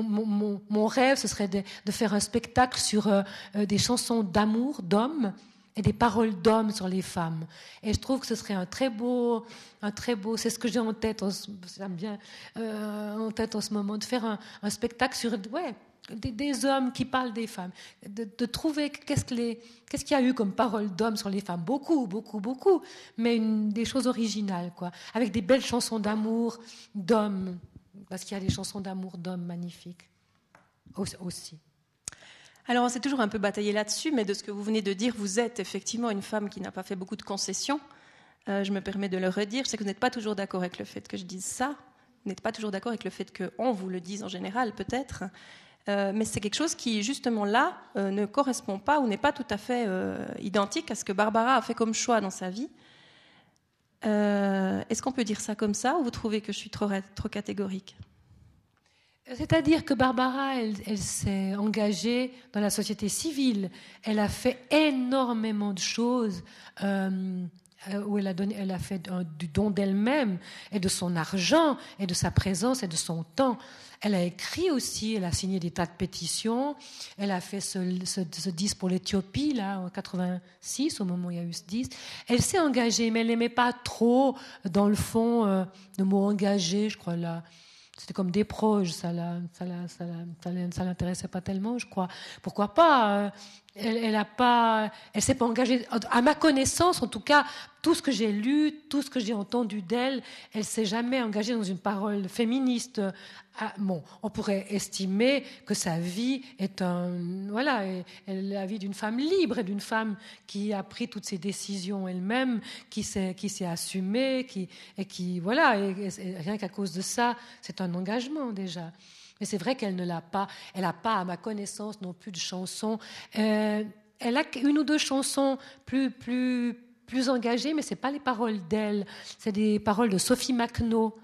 mon rêve, ce serait de faire un spectacle sur des chansons d'amour, d'hommes, et des paroles d'hommes sur les femmes. Et je trouve que ce serait un très beau, c'est ce que j'ai en tête, j'aime bien en tête en ce moment, de faire un spectacle sur des hommes qui parlent des femmes, de trouver qu'est-ce qu'il y a eu comme paroles d'hommes sur les femmes, beaucoup, mais des choses originales, quoi, avec des belles chansons d'amour d'hommes, parce qu'il y a des chansons d'amour d'hommes magnifiques aussi. Alors, on s'est toujours un peu bataillé là-dessus, mais de ce que vous venez de dire, vous êtes effectivement une femme qui n'a pas fait beaucoup de concessions. Je me permets de le redire. Je sais que vous n'êtes pas toujours d'accord avec le fait que je dise ça. Vous n'êtes pas toujours d'accord avec le fait qu'on vous le dise en général, peut-être. Mais c'est quelque chose qui, justement là, ne correspond pas ou n'est pas tout à fait identique à ce que Barbara a fait comme choix dans sa vie. Est-ce qu'on peut dire ça comme ça, ou vous trouvez que je suis trop catégorique ? C'est-à-dire que Barbara, elle s'est engagée dans la société civile. Elle a fait énormément de choses où elle a fait du don d'elle-même et de son argent et de sa présence et de son temps. Elle a écrit aussi, elle a signé des tas de pétitions. Elle a fait ce disque pour l'Éthiopie, là, en 86, au moment où il y a eu ce disque. Elle s'est engagée, mais elle n'aimait pas trop, dans le fond, le mot engagé, je crois, là. C'était comme des proches, ça l'intéressait pas tellement, je crois. Pourquoi pas elle s'est pas engagée. À ma connaissance, en tout cas, tout ce que j'ai lu, tout ce que j'ai entendu d'elle, elle s'est jamais engagée dans une parole féministe. On pourrait estimer que sa vie est la vie d'une femme libre et d'une femme qui a pris toutes ses décisions elle-même, qui s'est assumée, et rien qu'à cause de ça, c'est un engagement déjà. Mais c'est vrai qu'elle ne l'a pas. Elle n'a pas, à ma connaissance, non plus de chansons. Elle a une ou deux chansons plus engagées, mais c'est pas les paroles d'elle. C'est des paroles de Sophie MacNo.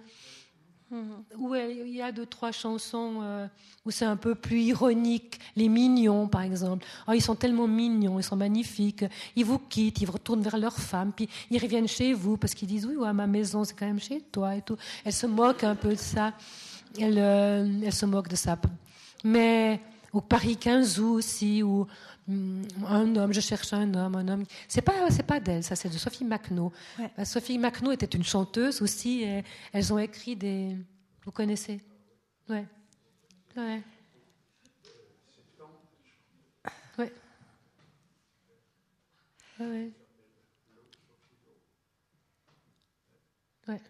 Où il y a 2-3 chansons où c'est un peu plus ironique. Les mignons, par exemple. Oh, ils sont tellement mignons, ils sont magnifiques. Ils vous quittent, ils retournent vers leur femme, puis ils reviennent chez vous parce qu'ils disent oui, à ma maison, c'est quand même chez toi et tout. Elle se moque un peu de ça. Elle se moque de ça. Mais au Paris 15 août aussi, où un homme, je cherche un homme. C'est pas d'elle, ça, c'est de Sophie MacNo. Ouais. Sophie MacNo était une chanteuse aussi. Et elles ont écrit des. Vous connaissez ? Ouais. Ouais. Ouais. Ouais. Ouais.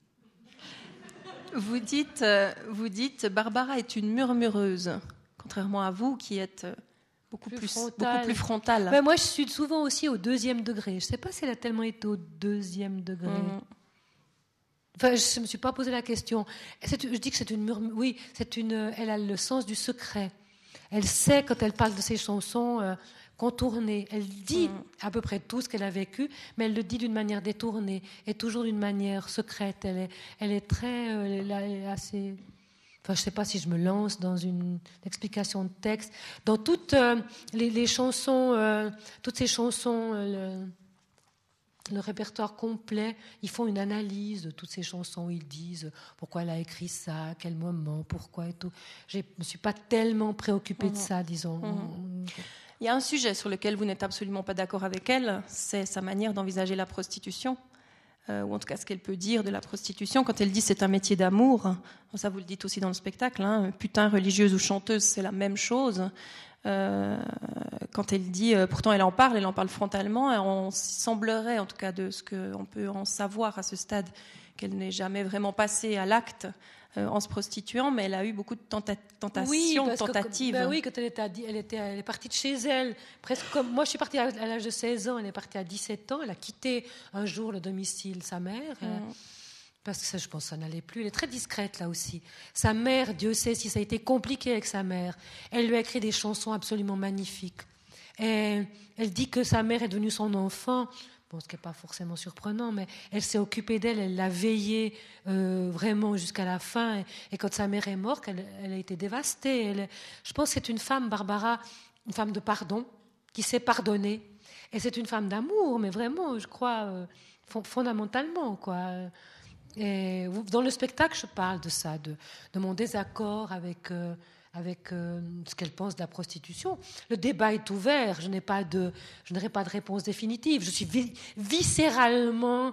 Vous dites, Barbara est une murmureuse, contrairement à vous qui êtes beaucoup plus frontale. Ben moi, je suis souvent aussi au 2e degré. Je ne sais pas si elle a tellement été au 2e degré. Enfin, je ne me suis pas posé la question. Je dis que c'est une murmureuse. Oui, elle a le sens du secret. Elle sait, quand elle parle de ses chansons, contourner. Elle dit à peu près tout ce qu'elle a vécu, mais elle le dit d'une manière détournée et toujours d'une manière secrète. Elle est très, elle est assez. Enfin, je ne sais pas si je me lance dans une explication de texte. Dans toutes les chansons, toutes ces chansons, le répertoire complet, ils font une analyse de toutes ces chansons où ils disent pourquoi elle a écrit ça, à quel moment, pourquoi et tout. Je ne me suis pas tellement préoccupée de ça, disons. Il y a un sujet sur lequel vous n'êtes absolument pas d'accord avec elle, c'est sa manière d'envisager la prostitution, ou en tout cas ce qu'elle peut dire de la prostitution. Quand elle dit c'est un métier d'amour, ça vous le dites aussi dans le spectacle, putain, religieuse ou chanteuse, c'est la même chose. Quand elle dit, pourtant elle en parle frontalement, et on semblerait, en tout cas de ce qu'on peut en savoir à ce stade, qu'elle n'est jamais vraiment passée à l'acte en se prostituant, mais elle a eu beaucoup de tentatives. Oui, quand elle est partie de chez elle, presque comme moi. Je suis partie à l'âge de 16 ans, elle est partie à 17 ans. Elle a quitté un jour le domicile de sa mère. Parce que ça, je pense que ça n'allait plus. Elle est très discrète, là aussi. Sa mère, Dieu sait si ça a été compliqué avec sa mère. Elle lui a écrit des chansons absolument magnifiques. Et elle dit que sa mère est devenue son enfant. Bon, ce qui n'est pas forcément surprenant, mais elle s'est occupée d'elle, elle l'a veillée vraiment jusqu'à la fin. Et quand sa mère est morte, elle a été dévastée. Je pense que c'est une femme, Barbara, une femme de pardon, qui sait pardonner. Et c'est une femme d'amour, mais vraiment, je crois, fondamentalement, quoi. Et dans le spectacle, je parle de ça, de mon désaccord avec ce qu'elle pense de la prostitution. Le débat est ouvert, je n'aurai pas de réponse définitive. Je suis viscéralement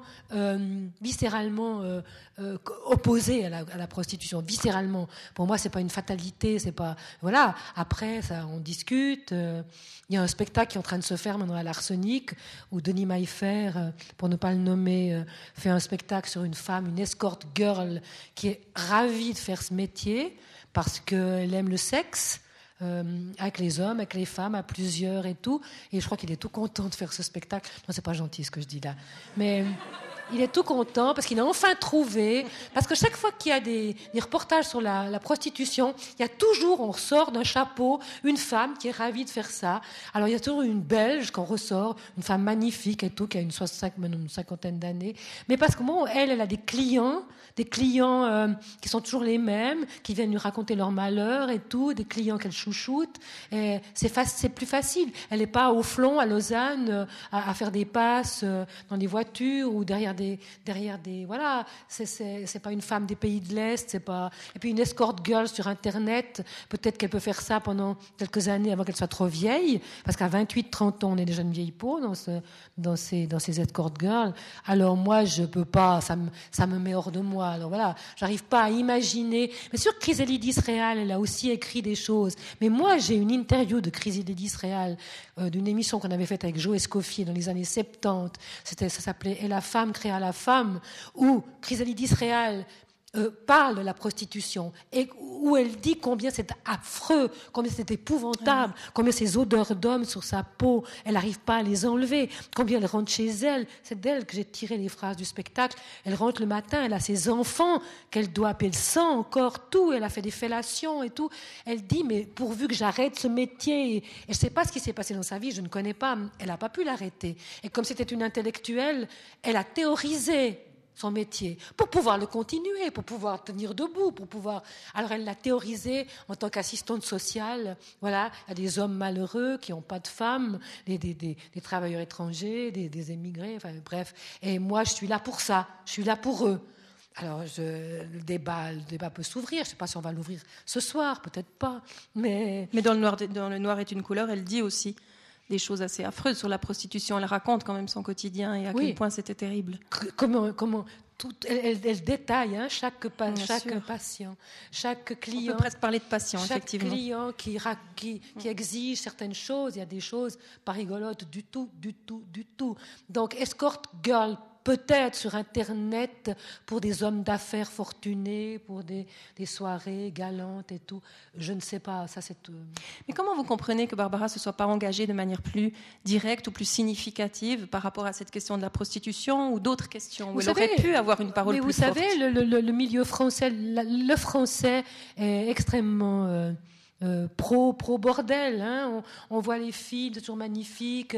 opposée à la prostitution, viscéralement. Pour moi, c'est pas une fatalité, c'est pas... Voilà, après, ça, on discute. Il y a un spectacle qui est en train de se faire maintenant à l'Arsenic, où Denis Maillefer, pour ne pas le nommer, fait un spectacle sur une femme, une escort girl, qui est ravie de faire ce métier, parce qu'elle aime le sexe, avec les hommes, avec les femmes, à plusieurs et tout. Et je crois qu'il est tout content de faire ce spectacle. Non, c'est pas gentil ce que je dis là. Mais il est tout content parce qu'il a enfin trouvé. Parce que chaque fois qu'il y a des reportages sur la prostitution, il y a toujours, on ressort d'un chapeau, une femme qui est ravie de faire ça. Alors il y a toujours une Belge qu'on ressort, une femme magnifique et tout, qui a une cinquantaine d'années. Mais parce que bon, elle a des clients qui sont toujours les mêmes, qui viennent lui raconter leur malheur et tout, des clients qu'elle chouchoute. Et c'est plus facile. Elle n'est pas au Flon, à Lausanne, à faire des passes dans des voitures ou derrière des voilà. C'est pas une femme des pays de l'Est. C'est pas. Et puis une escort girl sur Internet, peut-être qu'elle peut faire ça pendant quelques années avant qu'elle soit trop vieille, parce qu'à 28-30 ans, on est déjà une vieille peau dans ces escort girls. Alors moi, je peux pas. Ça me met hors de moi. Alors voilà, j'arrive pas à imaginer. Mais sur Chrysalidis Réal, elle a aussi écrit des choses. Mais moi, j'ai une interview de Chrysalidis Réal, d'une émission qu'on avait faite avec Joe Escoffier dans les années 70. Ça s'appelait « Et la femme créa la femme », où Chrysalidis Réal parle de la prostitution et où elle dit combien c'est affreux, combien c'est épouvantable, combien ces odeurs d'hommes sur sa peau, elle n'arrive pas à les enlever, combien elle rentre chez elle. C'est d'elle que j'ai tiré les phrases du spectacle. Elle rentre le matin, elle a ses enfants qu'elle doit appeler, le sang encore, tout, elle a fait des fellations et tout. Elle dit, mais pourvu que j'arrête ce métier, et je ne sais pas ce qui s'est passé dans sa vie, je ne connais pas, elle n'a pas pu l'arrêter. Et comme c'était une intellectuelle, elle a théorisé son métier, pour pouvoir le continuer, pour pouvoir tenir debout, pour pouvoir... Alors elle l'a théorisé en tant qu'assistante sociale. Voilà, il y a des hommes malheureux qui n'ont pas de femmes, des travailleurs étrangers, des émigrés, enfin bref. Et moi, je suis là pour ça, je suis là pour eux. Alors le débat peut s'ouvrir, je ne sais pas si on va l'ouvrir ce soir, peut-être pas, mais dans le noir est une couleur, elle dit aussi des choses assez affreuses sur la prostitution. Elle raconte quand même son quotidien et à quel point c'était terrible. Comment elle détaille chaque patient, chaque client. On peut presque parler de patient, effectivement. Chaque client qui exige certaines choses. Il y a des choses pas rigolotes du tout. Donc, escort girl, peut-être sur Internet, pour des hommes d'affaires fortunés, pour des soirées galantes et tout. Je ne sais pas. Ça, c'est... Mais comment vous comprenez que Barbara ne se soit pas engagée de manière plus directe ou plus significative par rapport à cette question de la prostitution ou d'autres questions où elle aurait pu avoir une parole plus forte? Mais vous savez, le milieu français, le français est extrêmement... pro bordel, on voit les films, c'est toujours magnifique,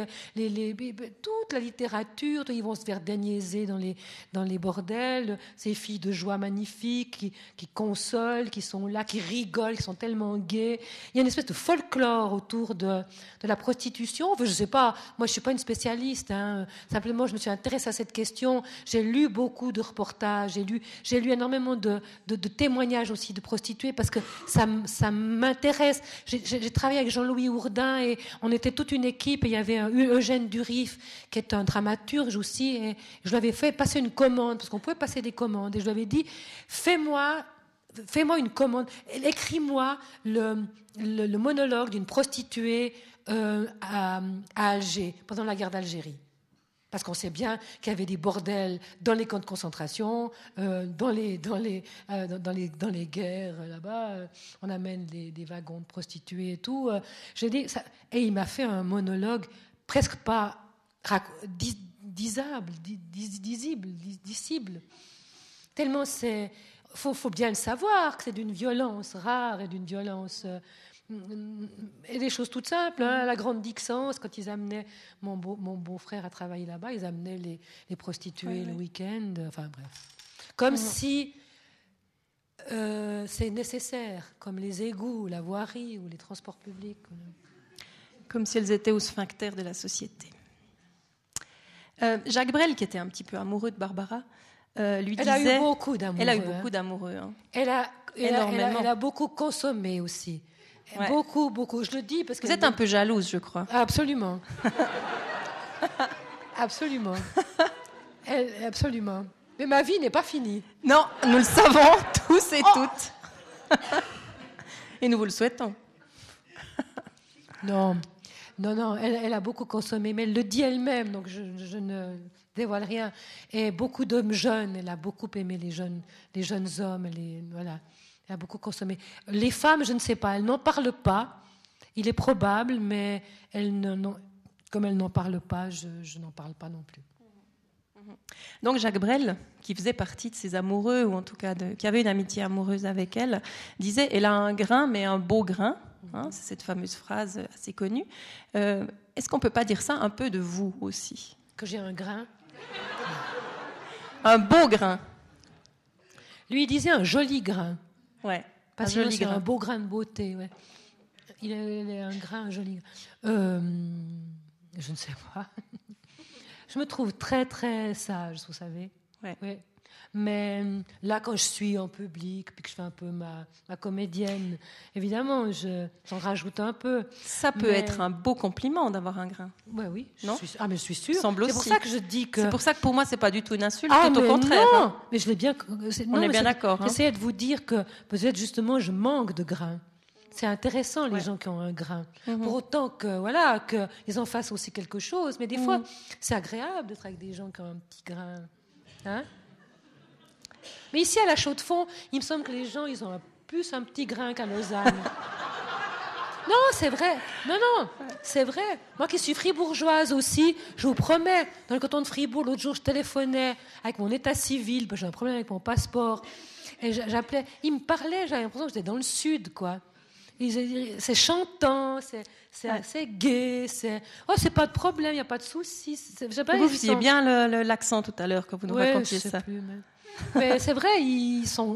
toute la littérature, ils vont se faire déniaiser dans les bordels, ces filles de joie magnifiques qui consolent, qui sont là, qui rigolent, qui sont tellement gaies. Il y a une espèce de folklore autour de la prostitution. Enfin, je sais pas, moi je suis pas une spécialiste, simplement je me suis intéressée à cette question, j'ai lu beaucoup de reportages, j'ai lu énormément de témoignages aussi de prostituées parce que ça m'intéresse. J'ai travaillé avec Jean-Louis Hourdin et on était toute une équipe et il y avait Eugène Durif qui est un dramaturge aussi et je lui avais fait passer une commande parce qu'on pouvait passer des commandes et je lui avais dit fais-moi une commande, écris-moi le monologue d'une prostituée à Alger pendant la guerre d'Algérie. Parce qu'on sait bien qu'il y avait des bordels dans les camps de concentration, dans les guerres là-bas. On amène des wagons de prostituées et tout. J'ai dit ça, et il m'a fait un monologue presque pas dicible. Tellement c'est, faut bien le savoir que c'est d'une violence rare et d'une violence. Et des choses toutes simples, à la Grande Dixence, quand ils amenaient mon beau-frère à travailler là-bas, ils amenaient les prostituées le week-end, enfin bref. Comme si c'est nécessaire, comme les égouts, la voirie ou les transports publics. Comme si elles étaient au sphincter de la société. Jacques Brel, qui était un petit peu amoureux de Barbara, lui Elle a disait... eu beaucoup d'amoureux. Elle a eu beaucoup d'amoureux. Hein. Elle Énormément. a beaucoup consommé aussi. Ouais. Beaucoup, beaucoup. Je le dis parce que... Vous êtes un peu jalouse, je crois. Absolument. Absolument. Absolument. Mais ma vie n'est pas finie. Non, nous le savons tous et toutes. Et nous vous le souhaitons. Non, elle a beaucoup consommé, mais elle le dit elle-même, donc je ne dévoile rien. Et beaucoup d'hommes jeunes, elle a beaucoup aimé les jeunes hommes, voilà. Elle a beaucoup consommé. Les femmes, je ne sais pas, elles n'en parlent pas. Il est probable, mais comme elles n'en parlent pas, je n'en parle pas non plus. Donc Jacques Brel, qui faisait partie de ses amoureux, ou en tout cas qui avait une amitié amoureuse avec elle, disait « Elle a un grain, mais un beau grain ». C'est cette fameuse phrase assez connue. Est-ce qu'on ne peut pas dire ça un peu de vous aussi ? Que j'ai un grain ? Un beau grain. Lui, il disait un joli grain. Ouais, parce un que joli c'est grain. un beau grain de beauté. Ouais. Il a un grain, un joli grain. Je ne sais pas. Je me trouve très, très sage, vous savez. Ouais. Mais là, quand je suis en public, puis que je fais un peu ma comédienne, évidemment, j'en rajoute un peu. Ça peut être un beau compliment d'avoir un grain. Ouais, oui. Non ? Mais je suis sûre. Semble c'est pour aussi. ça que je dis que... C'est pour ça que pour moi, c'est pas du tout une insulte, Ah, tout au mais contraire. non, hein. mais je l'ai bien... On est bien d'accord. Hein. J'essayais de vous dire que peut-être justement, je manque de grain. C'est intéressant, les gens qui ont un grain. Pour autant qu'ils en fassent aussi quelque chose. Mais des fois, c'est agréable d'être avec des gens qui ont un petit grain. Hein ? Mais ici, à la Chaux-de-Fonds, il me semble que les gens, ils ont plus un petit grain qu'à Lausanne. Non, c'est vrai. Non, c'est vrai. Moi qui suis fribourgeoise aussi, je vous promets, dans le canton de Fribourg, l'autre jour, je téléphonais avec mon état civil, parce que j'ai un problème avec mon passeport. Et j'appelais, ils me parlaient, j'avais l'impression que j'étais dans le sud, quoi. C'est chantant, c'est assez gai, c'est pas de problème, il n'y a pas de souci. Vous faisiez bien l'accent tout à l'heure quand vous nous racontiez ça. Plus, mais c'est vrai, ils sont.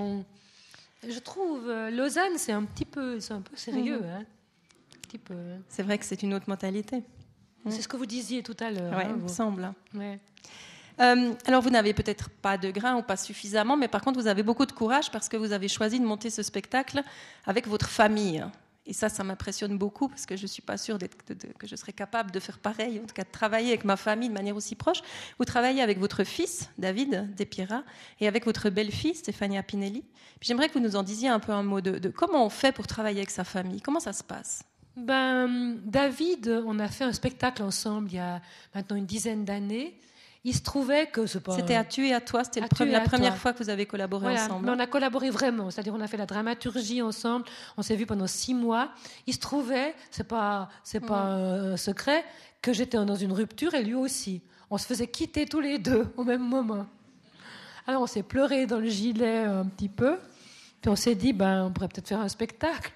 Je trouve Lausanne, c'est un peu sérieux, hein. Un petit peu. C'est vrai que c'est une autre mentalité. C'est ce que vous disiez tout à l'heure. Oui, hein, il me semble. Ouais. Alors, vous n'avez peut-être pas de grain ou pas suffisamment, mais par contre, vous avez beaucoup de courage parce que vous avez choisi de monter ce spectacle avec votre famille. Et ça m'impressionne beaucoup parce que je ne suis pas sûre que je serais capable de faire pareil, en tout cas de travailler avec ma famille de manière aussi proche. Vous travaillez avec votre fils, David Despira, et avec votre belle-fille, Stéphania Pinelli. Puis j'aimerais que vous nous en disiez un peu un mot de comment on fait pour travailler avec sa famille. Comment ça se passe ? David, on a fait un spectacle ensemble il y a maintenant une dizaine d'années. Il se trouvait que C'était à tu et à toi, c'était la première fois que vous avez collaboré ensemble. Mais on a collaboré vraiment, c'est-à-dire on a fait la dramaturgie ensemble, on s'est vu pendant 6 mois. Il se trouvait, c'est pas un secret, que j'étais dans une rupture et lui aussi. On se faisait quitter tous les deux au même moment. Alors on s'est pleuré dans le gilet un petit peu, puis on s'est dit on pourrait peut-être faire un spectacle.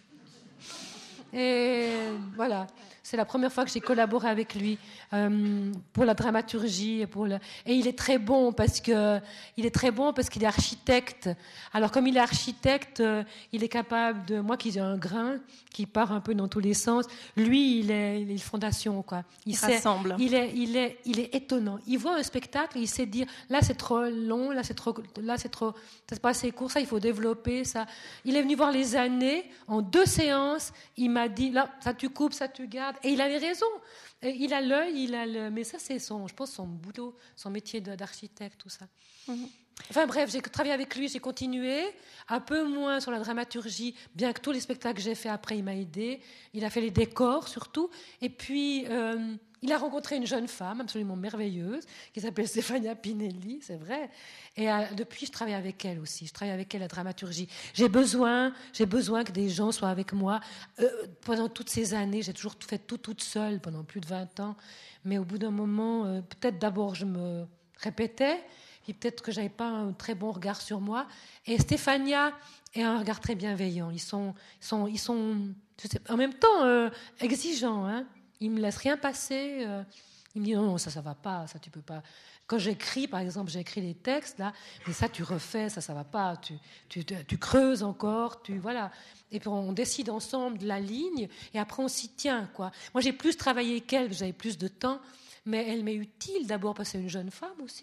Et voilà. C'est la première fois que j'ai collaboré avec lui pour la dramaturgie et il est très bon parce qu'il est architecte. Alors comme il est architecte, il est capable de moi qui ai un grain qui part un peu dans tous les sens. Lui, il est fondation quoi. Il rassemble. Il est étonnant. Il voit un spectacle, et il sait dire là c'est trop long, là c'est trop, c'est pas assez court, ça il faut développer ça. Il est venu voir Les Années en 2 séances. Il m'a dit là ça tu coupes, ça tu gardes. Et il avait raison. Et il a l'œil, mais ça c'est son boulot, son métier d'architecte, tout ça. Enfin bref, j'ai travaillé avec lui, j'ai continué, un peu moins sur la dramaturgie, bien que tous les spectacles que j'ai fait après, il m'a aidé. Il a fait les décors surtout. Et puis, il a rencontré une jeune femme absolument merveilleuse qui s'appelle Stéphania Pinelli, c'est vrai. Et depuis, je travaille avec elle aussi. Je travaille avec elle la dramaturgie. J'ai besoin que des gens soient avec moi. Pendant toutes ces années, j'ai toujours fait tout toute seule pendant plus de 20 ans. Mais au bout d'un moment, peut-être d'abord je me répétais, puis peut-être que j'avais pas un très bon regard sur moi. Et Stéphania a un regard très bienveillant. Ils sont en même temps exigeants. Hein. Ils me laissent rien passer. Ils me disent non, ça va pas, ça tu peux pas. Quand j'écris, par exemple, j'ai écrit des textes là, mais ça tu refais, ça va pas. Tu creuses encore, voilà. Et puis on décide ensemble de la ligne, et après on s'y tient quoi. Moi j'ai plus travaillé qu'elle, j'avais plus de temps, mais elle m'est utile d'abord parce que c'est une jeune femme aussi.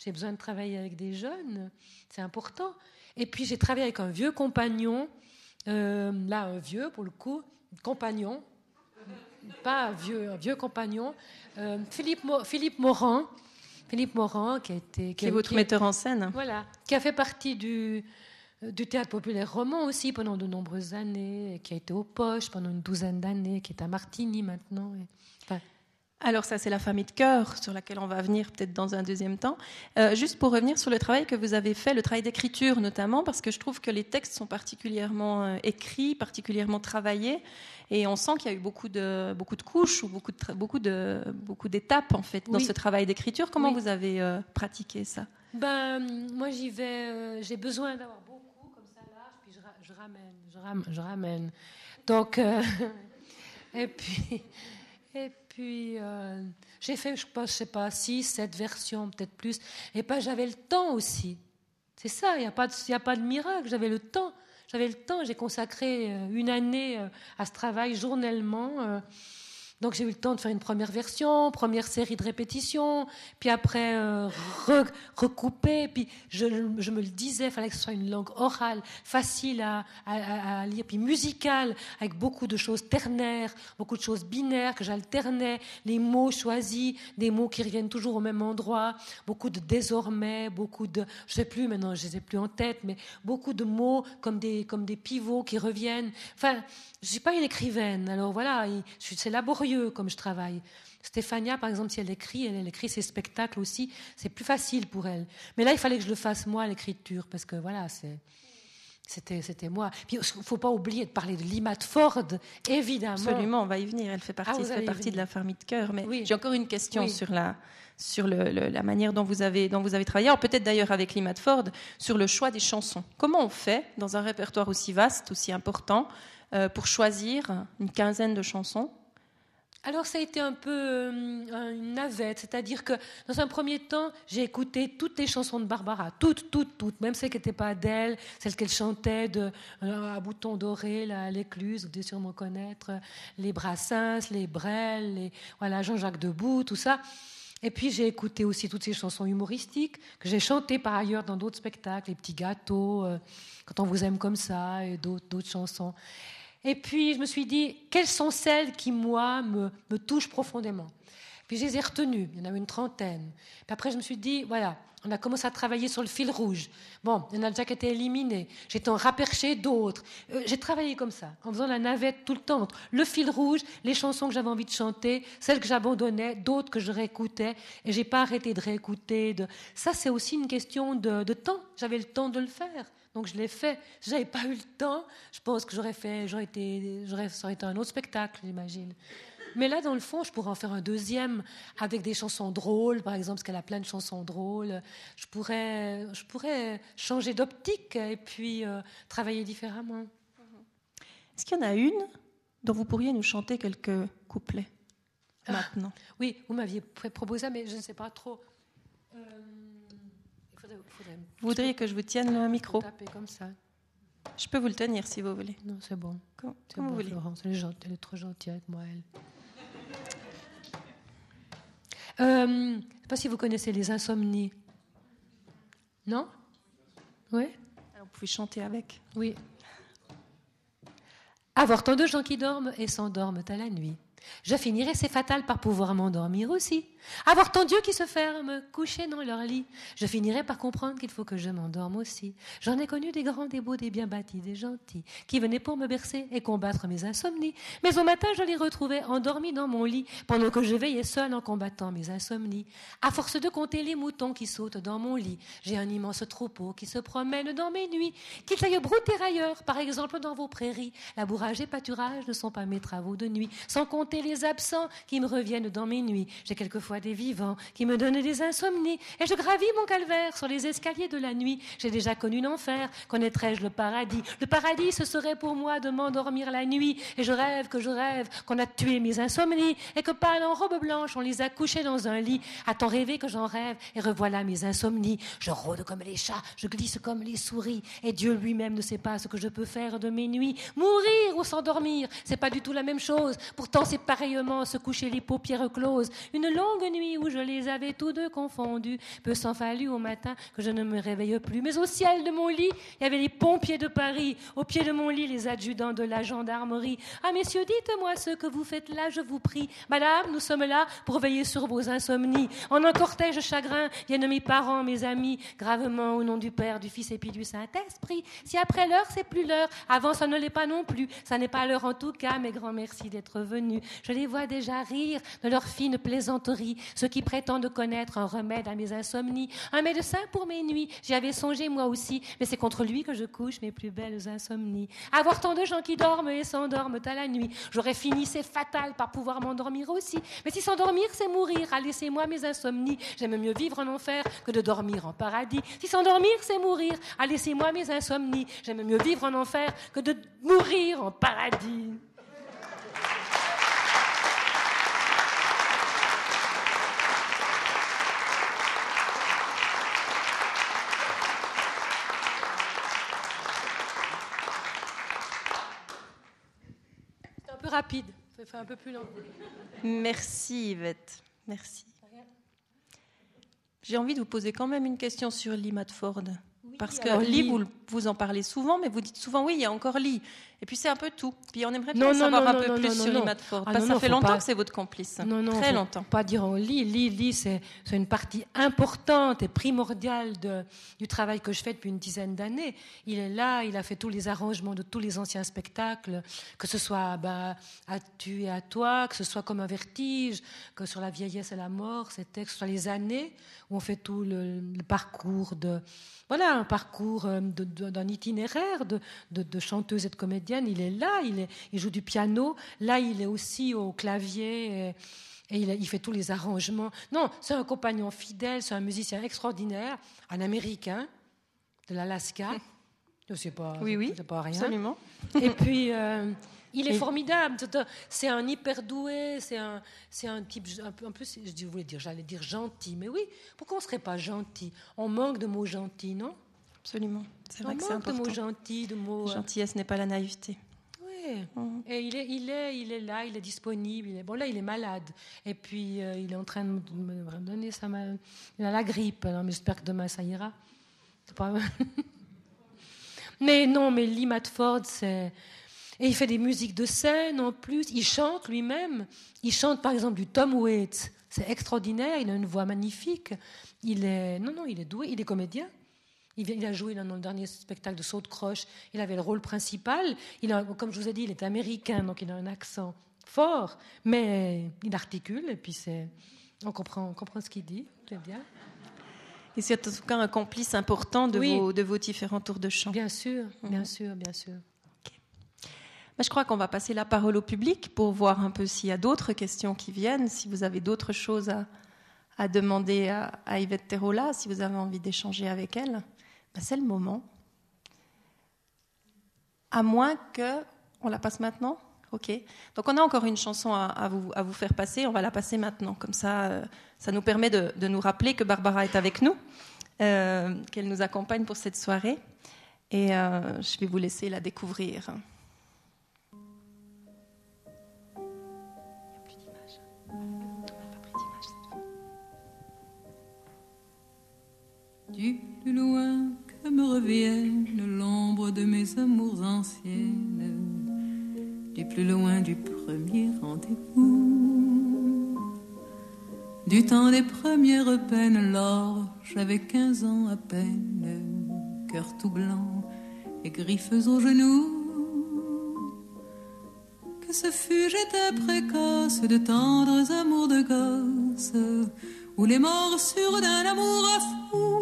J'ai besoin de travailler avec des jeunes, c'est important. Et puis j'ai travaillé avec un vieux compagnon, là un vieux pour le coup, compagnon, pas un vieux compagnon, Philippe Morand, qui est votre metteur en scène. Voilà, qui a fait partie du théâtre populaire roman aussi pendant de nombreuses années, qui a été aux Poches pendant une 12aine d'années, qui est à Martigny maintenant. Alors ça, c'est la famille de cœur sur laquelle on va venir peut-être dans un deuxième temps. Juste pour revenir sur le travail que vous avez fait, le travail d'écriture notamment, parce que je trouve que les textes sont particulièrement écrits, particulièrement travaillés, et on sent qu'il y a eu beaucoup de couches ou beaucoup d'étapes en fait dans ce travail d'écriture. Comment vous avez pratiqué ça? Moi, j'y vais. J'ai besoin d'avoir beaucoup comme ça là, puis je ramène. Donc, et puis, j'ai fait, je sais pas, 6, 7 versions, peut-être plus. Et puis, j'avais le temps aussi. C'est ça, il n'y a pas de miracle. J'avais le temps. J'ai consacré une année à ce travail journellement. Donc, j'ai eu le temps de faire une première version, première série de répétitions, puis après recouper. Puis je me le disais, il fallait que ce soit une langue orale, facile à lire, puis musicale, avec beaucoup de choses ternaires, beaucoup de choses binaires que j'alternais, les mots choisis, des mots qui reviennent toujours au même endroit, beaucoup de désormais, beaucoup de, je sais plus maintenant, je les ai plus en tête, mais beaucoup de mots comme des pivots qui reviennent. Enfin, je suis pas une écrivaine, alors voilà, c'est laborieux comme je travaille. Stéphania, par exemple, si elle écrit ses spectacles aussi, c'est plus facile pour elle. Mais là, il fallait que je le fasse moi, l'écriture, parce que voilà, c'était moi. Puis, il ne faut pas oublier de parler de Limat Ford, évidemment. Absolument, on va y venir. Elle fait partie de la famille de cœur. Mais j'ai encore une question sur la manière dont vous avez travaillé. Alors, peut-être d'ailleurs avec Limat Ford, sur le choix des chansons. Comment on fait, dans un répertoire aussi vaste, aussi important, pour choisir une quinzaine de chansons? Alors ça a été un peu une navette, c'est-à-dire que dans un premier temps, j'ai écouté toutes les chansons de Barbara, toutes, même celles qui n'étaient pas d'elle, celles qu'elle chantait à Bouton Doré, l'Écluse, vous devez sûrement connaître, les Brassens, les Brel, Jean-Jacques Debout, tout ça. Et puis j'ai écouté aussi toutes ces chansons humoristiques que j'ai chantées par ailleurs dans d'autres spectacles, Les Petits Gâteaux, Quand on vous aime comme ça, et d'autres chansons. Et puis, je me suis dit, quelles sont celles qui, moi, me touchent profondément? Puis, je les ai retenues. Il y en a une trentaine. Puis après, je me suis dit, voilà, on a commencé à travailler sur le fil rouge. Bon, il y en a déjà qui étaient éliminés. J'ai en raperché d'autres. J'ai travaillé comme ça, en faisant la navette tout le temps. Le fil rouge, les chansons que j'avais envie de chanter, celles que j'abandonnais, d'autres que je réécoutais. Et je n'ai pas arrêté de réécouter. Ça, c'est aussi une question de temps. J'avais le temps de le faire. Donc je l'ai fait. Si j'avais pas eu le temps, je pense que ça aurait été un autre spectacle, j'imagine. Mais là, dans le fond, je pourrais en faire un deuxième avec des chansons drôles, par exemple, parce qu'elle a plein de chansons drôles. Je pourrais changer d'optique et puis travailler différemment. Est-ce qu'il y en a une dont vous pourriez nous chanter quelques couplets maintenant? Oui, vous m'aviez proposé ça, mais je ne sais pas trop. Vous voudriez que je vous tienne le micro? Taper comme ça. Je peux vous le tenir si vous voulez. Non, c'est bon. Comme bon, vous voulez. Florence, elle est trop gentille avec moi, elle. Je ne sais pas si vous connaissez les insomnies. Non? Oui? Alors, vous pouvez chanter avec. Oui. Avoir tant de gens qui dorment et s'endorment à la nuit. Je finirai, c'est fatal, par pouvoir m'endormir aussi. Avoir tant d'yeux qui se ferment, couchés dans leur lit. Je finirai par comprendre qu'il faut que je m'endorme aussi. J'en ai connu des grands, des beaux, des bien bâtis, des gentils, qui venaient pour me bercer et combattre mes insomnies. Mais au matin, je les retrouvais endormis dans mon lit, pendant que je veillais seul en combattant mes insomnies. À force de compter les moutons qui sautent dans mon lit, j'ai un immense troupeau qui se promène dans mes nuits. Qu'ils aillent brouter ailleurs, par exemple dans vos prairies. Labourage et pâturage ne sont pas mes travaux de nuit, sans compter les absents qui me reviennent dans mes nuits. J'ai quelquefois des vivants qui me donnent des insomnies, et je gravis mon calvaire sur les escaliers de la nuit. J'ai déjà connu l'enfer, connaîtrais-je le paradis? Le paradis, ce serait pour moi de m'endormir la nuit, et je rêve qu'on a tué mes insomnies, et que pâles en robe blanche, on les a couchés dans un lit. A-t-on rêvé que j'en rêve, et revoilà mes insomnies? Je rôde comme les chats, je glisse comme les souris, et Dieu lui-même ne sait pas ce que je peux faire de mes nuits. Mourir ou s'endormir, c'est pas du tout la même chose. Pourtant, c'est pareillement se coucher les paupières closes. Une longue nuit où je les avais tous deux confondus. Peu s'en fallut au matin que je ne me réveille plus. Mais au ciel de mon lit, il y avait les pompiers de Paris. Au pied de mon lit, les adjudants de la gendarmerie. Ah, messieurs, dites-moi ce que vous faites là, je vous prie. Madame, nous sommes là pour veiller sur vos insomnies. En un cortège chagrin, viennent mes parents, mes amis, gravement au nom du Père, du Fils et puis du Saint-Esprit. Si après l'heure, c'est plus l'heure. Avant, ça ne l'est pas non plus. Ça n'est pas l'heure en tout cas, mais grand merci d'être venus. Je les vois déjà rire de leur fine plaisanterie, ceux qui prétendent connaître un remède à mes insomnies, un médecin pour mes nuits. J'y avais songé moi aussi, mais c'est contre lui que je couche mes plus belles insomnies. Avoir tant de gens qui dorment et s'endorment à la nuit, j'aurais fini, c'est fatal, par pouvoir m'endormir aussi. Mais si s'endormir, c'est mourir, ah, laissez-moi mes insomnies. J'aime mieux vivre en enfer que de dormir en paradis. Si s'endormir, c'est mourir, ah, laissez-moi mes insomnies. J'aime mieux vivre en enfer que de mourir en paradis. C'est un peu rapide, ça fait un peu plus long. Merci Yvette, merci. J'ai envie de vous poser quand même une question sur Lee Matford. Oui, parce que Lee, vous en parlez souvent, mais vous dites souvent oui, il y a encore Lee. Et puis c'est un peu tout. Puis on aimerait bien savoir un peu plus sur Lee Matford. Parce que ça fait longtemps que c'est votre complice. Très longtemps. Pas dire Lee. Lee, c'est une partie importante et primordiale du travail que je fais depuis une dizaine d'années. Il est là, il a fait tous les arrangements de tous les anciens spectacles, que ce soit À tu et à toi, que ce soit Comme un vertige, que sur la vieillesse et la mort, c'était que ce soit les années où on fait tout le parcours un parcours d'un itinéraire de chanteuse et de comédienne. Il est là, il joue du piano. Là, il est aussi au clavier et il fait tous les arrangements. Non, c'est un compagnon fidèle, c'est un musicien extraordinaire, un Américain de l'Alaska. Je sais pas, oui, c'est pas rien. Absolument. Et puis, il est formidable. C'est un hyper doué, c'est un type un peu, j'allais dire gentil, mais oui, pourquoi on serait pas gentil? On manque de mots gentils, non? Absolument. C'est vrai que c'est important. On manque de mots gentils, de mots. Gentillesse n'est pas la naïveté. Oui. Et il est là, il est disponible. Là, il est malade. Et puis, il est en train de me donner il a la grippe. Alors, mais j'espère que demain ça ira. C'est pas. Mais Lee Matford, c'est. Et il fait des musiques de scène en plus. Il chante lui-même. Il chante par exemple du Tom Waits. C'est extraordinaire. Il a une voix magnifique. Il est doué. Il est comédien. Il a joué dans le dernier spectacle de Saut de Croche. Il avait le rôle principal. Comme je vous ai dit, il est américain, donc il a un accent fort, mais il articule et puis on comprend ce qu'il dit. C'est bien. Et c'est en tout cas un complice important de vos différents tours de chant. Bien sûr, bien sûr. Je crois qu'on va passer la parole au public pour voir un peu s'il y a d'autres questions qui viennent, si vous avez d'autres choses à demander à Yvette Terola, si vous avez envie d'échanger avec elle. C'est le moment. À moins que... On la passe maintenant ? Ok. Donc on a encore une chanson à vous faire passer. On va la passer maintenant. Comme ça, ça nous permet de nous rappeler que Barbara est avec nous, qu'elle nous accompagne pour cette soirée. Et je vais vous laisser la découvrir. Du plus loin que me revienne l'ombre de mes amours anciennes, du plus loin du premier rendez-vous, du temps des premières peines, lors j'avais 15 ans à peine, cœur tout blanc et griffes aux genoux. Que ce fut, j'étais précoce, de tendres amours de gosse, ou les morsures d'un amour à fou.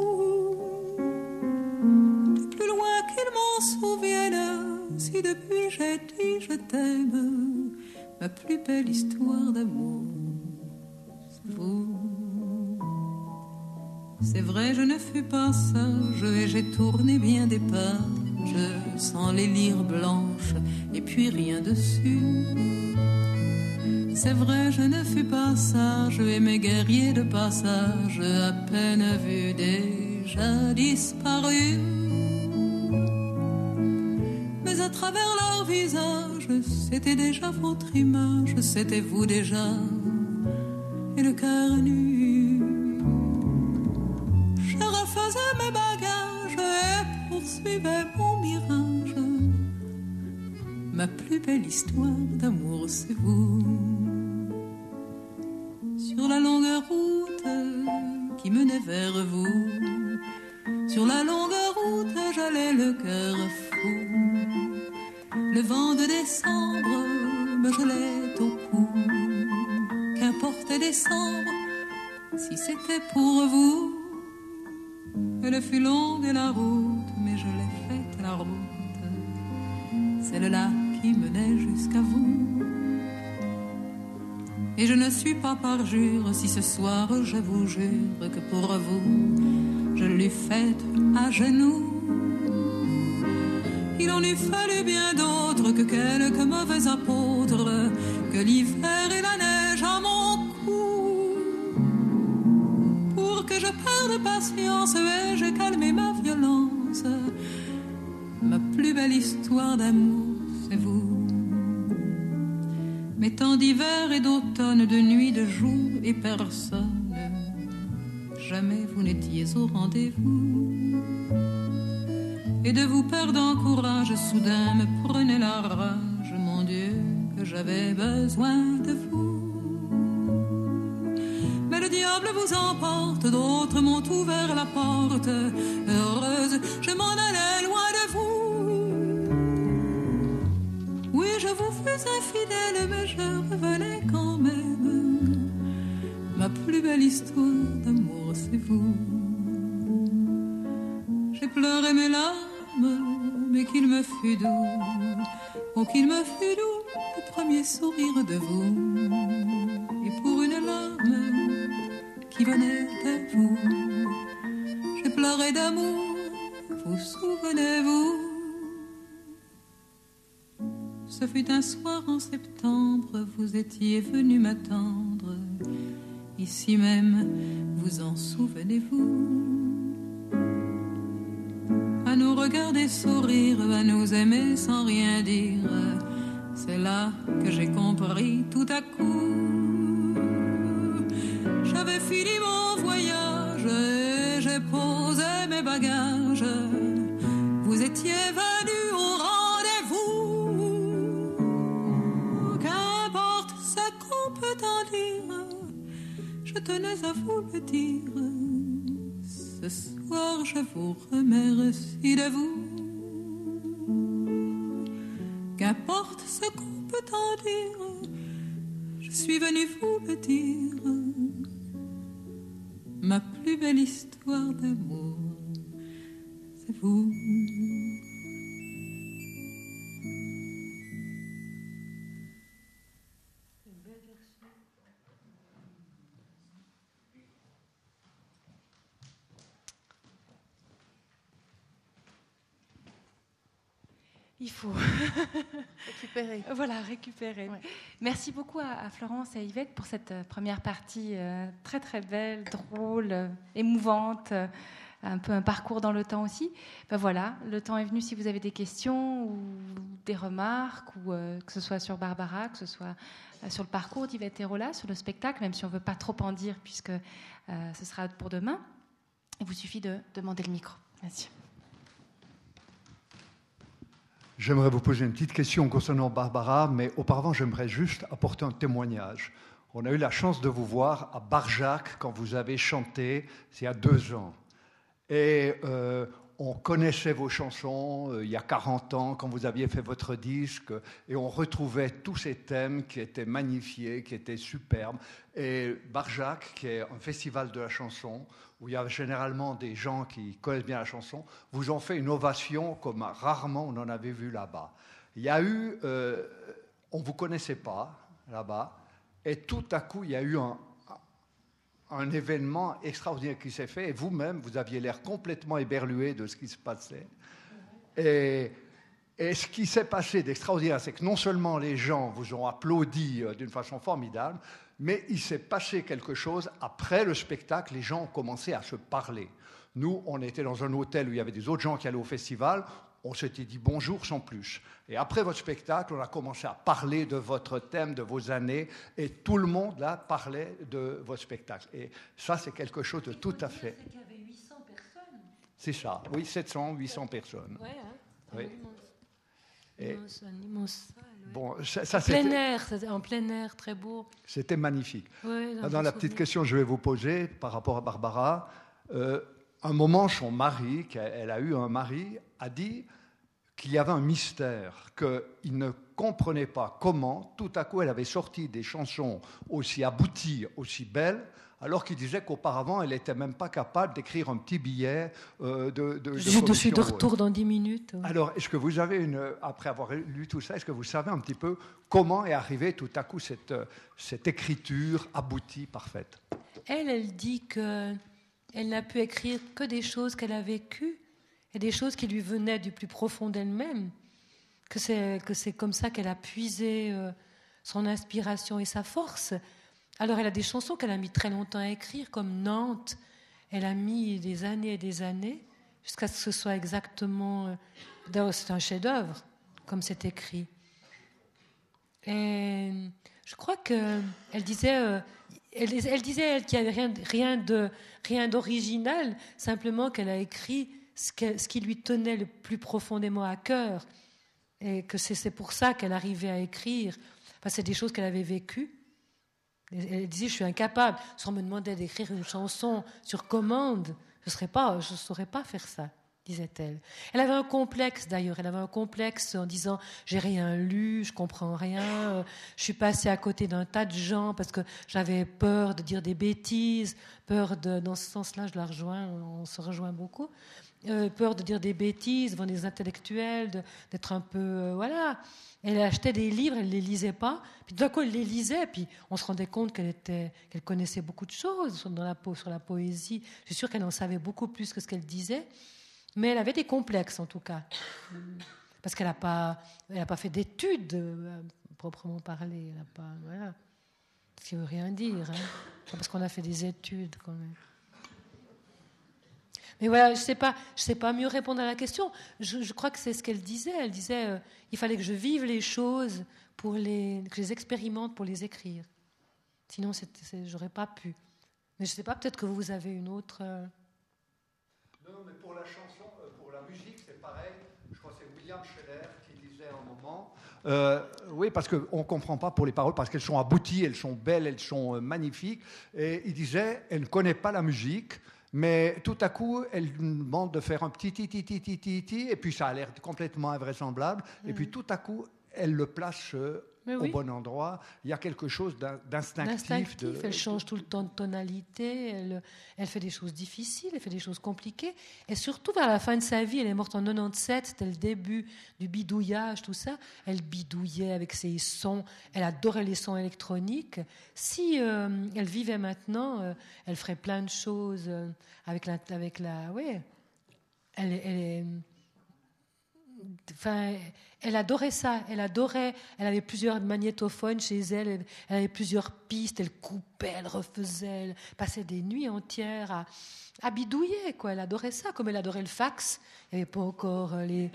Du plus loin qu'ils m'en souviennent, si depuis j'ai dit je t'aime, ma plus belle histoire d'amour, c'est vous. C'est vrai, je ne fus pas sage et j'ai tourné bien des pages sans les lire blanches et puis rien dessus. C'est vrai, je ne fus pas sage et mes guerriers de passage à peine vus déjà disparus. Mais à à travers leur visage, c'était déjà votre image, c'était vous déjà, et le cœur nu. Je refaisais mes bagages et poursuivais mon mirage. Ma plus belle histoire d'amour, c'est vous. Sur la longue route qui menait vers vous, sur la longue route, j'allais le cœur fou. Le vent de décembre me gelait au cou. Qu'importe décembre, si c'était pour vous. Elle fut longue la route, mais je l'ai faite la route, celle-là qui menait jusqu'à vous. Et je ne suis pas parjure si ce soir je vous jure que pour vous je l'ai faite à genoux. Il en eût fallu bien d'autres que quelques mauvais apôtres, que l'hiver et la neige à mon cou, pour que je perde patience et j'ai calmé ma violence. Ma plus belle histoire d'amour, c'est vous. Mes temps d'hiver et d'automne, de nuit, de jour et personne, jamais vous n'étiez au rendez-vous. Et de vous perdre en courage, soudain me prenait la rage. Mon Dieu, que j'avais besoin de vous. Mais le diable vous emporte, d'autres m'ont ouvert la porte. Heureuse, je m'en allais loin de vous. Oui, je vous fus infidèle, mais je revenais quand même. Ma plus belle histoire d'amour, c'est vous. J'ai pleuré mes larmes, mais qu'il me fut doux. Oh, qu'il me fut doux, le premier sourire de vous. Et pour une larme qui venait de vous, j'ai pleuré d'amour, vous souvenez-vous? Ce fut un soir en septembre, vous étiez venu m'attendre. Ici même, vous en souvenez-vous? À nous regarder sourire, à nous aimer sans rien dire. C'est là que j'ai compris tout à coup. J'avais fini mon voyage et j'ai posé mes bagages. Vous étiez venu au rendez-vous. Qu'importe ce qu'on peut en dire, je tenais à vous le dire. Ce soir, je vous remercie de vous. Qu'importe ce qu'on peut en dire, je suis venue vous le dire. Ma plus belle histoire d'amour, c'est vous. Il faut Récupérer. voilà, récupérer. Ouais. Merci beaucoup à Florence et à Yvette pour cette première partie très très belle, drôle, émouvante, un peu un parcours dans le temps aussi. Ben voilà, le temps est venu si vous avez des questions ou des remarques, ou que ce soit sur Barbara, que ce soit sur le parcours d'Yvette Hérola, sur le spectacle, même si on ne veut pas trop en dire puisque ce sera pour demain. Il vous suffit de demander le micro. Merci. J'aimerais vous poser une petite question concernant Barbara, mais auparavant, j'aimerais juste apporter un témoignage. On a eu la chance de vous voir à Barjac quand vous avez chanté, c'est il y a 2 ans. Et on connaissait vos chansons il y a 40 ans, quand vous aviez fait votre disque, et on retrouvait tous ces thèmes qui étaient magnifiés, qui étaient superbes. Et Barjac, qui est un festival de la chanson, où il y a généralement des gens qui connaissent bien la chanson, vous ont fait une ovation comme rarement on en avait vu là-bas. Il y a eu... on ne vous connaissait pas là-bas, et tout à coup, il y a eu un événement extraordinaire qui s'est fait, et vous-même, vous aviez l'air complètement éberlué de ce qui se passait. Et ce qui s'est passé d'extraordinaire, c'est que non seulement les gens vous ont applaudi d'une façon formidable, mais il s'est passé quelque chose. Après le spectacle, les gens ont commencé à se parler. Nous, on était dans un hôtel où il y avait des autres gens qui allaient au festival. On s'était dit bonjour sans plus. Et après votre spectacle, on a commencé à parler de votre thème, de vos années, et tout le monde là parlait de votre spectacle. Et ça, c'est quelque chose de tout à fait... Il y avait 800 personnes. C'est ça, oui, 700, 800 personnes. Ouais, hein, Oui. Un immense salle. Ouais. Bon, ça C'était en plein air, très beau. C'était magnifique. Ouais, Dans la petite question que je vais vous poser par rapport à Barbara, un moment, son mari, elle a eu un mari, a dit qu'il y avait un mystère, qu'il ne comprenait pas comment, tout à coup, elle avait sorti des chansons aussi abouties, aussi belles, alors qu'il disait qu'auparavant, elle n'était même pas capable d'écrire un petit billet Je suis de retour dans 10 minutes. Ouais. Alors, est-ce que vous avez après avoir lu tout ça, est-ce que vous savez un petit peu comment est arrivée tout à coup cette écriture aboutie, parfaite? Elle dit qu'elle n'a pu écrire que des choses qu'elle a vécues et des choses qui lui venaient du plus profond d'elle-même, que c'est comme ça qu'elle a puisé son inspiration et sa force. Alors elle a des chansons qu'elle a mis très longtemps à écrire, comme Nantes. Elle a mis des années et des années jusqu'à ce que ce soit exactement... c'est un chef-d'œuvre, comme c'est écrit. Et je crois qu'elle disait... Elle disait qu'il n'y avait rien d'original, simplement qu'elle a écrit ce qui lui tenait le plus profondément à cœur, et que c'est pour ça qu'elle arrivait à écrire. Enfin, c'est des choses qu'elle avait vécues. Elle disait, je suis incapable. Si on me demandait d'écrire une chanson sur commande, je ne saurais pas faire ça, disait-elle. Elle avait un complexe, d'ailleurs. Elle avait un complexe en disant, j'ai rien lu, je comprends rien, je suis passée à côté d'un tas de gens parce que j'avais peur de dire des bêtises, dans ce sens-là, je la rejoins, on se rejoint beaucoup, peur de dire des bêtises devant des intellectuels, d'être un peu... voilà. Elle achetait des livres, elle ne les lisait pas. Puis d'un coup, elle les lisait, puis on se rendait compte qu'elle connaissait beaucoup de choses sur la poésie. Je suis sûre qu'elle en savait beaucoup plus que ce qu'elle disait. Mais elle avait des complexes, en tout cas. Parce qu'elle n'a pas fait d'études, proprement parler. Elle n'a pas... Voilà. Ce qui ne veut rien dire. Hein. Parce qu'on a fait des études, quand même. Mais voilà, je sais pas mieux répondre à la question. Je crois que c'est ce qu'elle disait. Elle disait, il fallait que je vive les choses, que je les expérimente pour les écrire. Sinon, j'aurais pas pu. Mais je sais pas, peut-être que vous avez une autre... Non, mais pour la chanson, pour la musique, c'est pareil. Je crois que c'est William Scheller qui disait à un moment... oui, parce qu'on ne comprend pas pour les paroles, parce qu'elles sont abouties, elles sont belles, elles sont magnifiques. Et il disait, elle ne connaît pas la musique, mais tout à coup, elle nous demande de faire un petit ti, et puis ça a l'air complètement invraisemblable. Et puis tout à coup, elle le place au bon endroit. Il y a quelque chose d'instinctif. Elle change tout le temps de tonalité, elle fait des choses difficiles, elle fait des choses compliquées. Et surtout, vers la fin de sa vie, elle est morte en 97, c'était le début du bidouillage, tout ça. Elle bidouillait avec ses sons, elle adorait les sons électroniques. Si elle vivait maintenant, elle ferait plein de choses avec la ouais. Elle adorait ça, elle avait plusieurs magnétophones chez elle, elle avait plusieurs pistes, elle coupait, elle refaisait, elle passait des nuits entières à bidouiller, quoi. Elle adorait ça, comme elle adorait le fax. Il n'y avait pas encore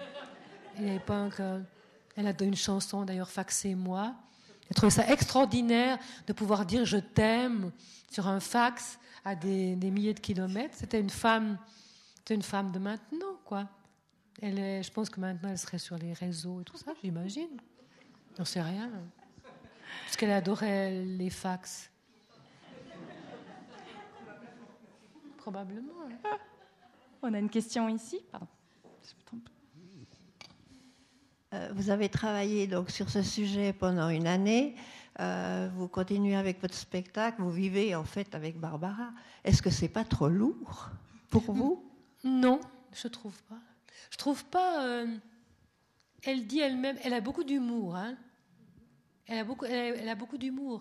elle a une chanson d'ailleurs, Faxez-moi. Elle trouvait ça extraordinaire de pouvoir dire je t'aime sur un fax à des milliers de kilomètres. C'était une femme de maintenant, quoi. Je pense que maintenant, elle serait sur les réseaux et tout ça, j'imagine. J'en sais rien. Parce qu'elle adorait les fax. Probablement. Hein. On a une question ici. Pardon. Vous avez travaillé donc sur ce sujet pendant une année. Vous continuez avec votre spectacle. Vous vivez en fait avec Barbara. Est-ce que c'est pas trop lourd pour vous? Non, je trouve pas. Je trouve pas. Elle dit elle-même. Elle a beaucoup d'humour. Hein. Elle a beaucoup d'humour.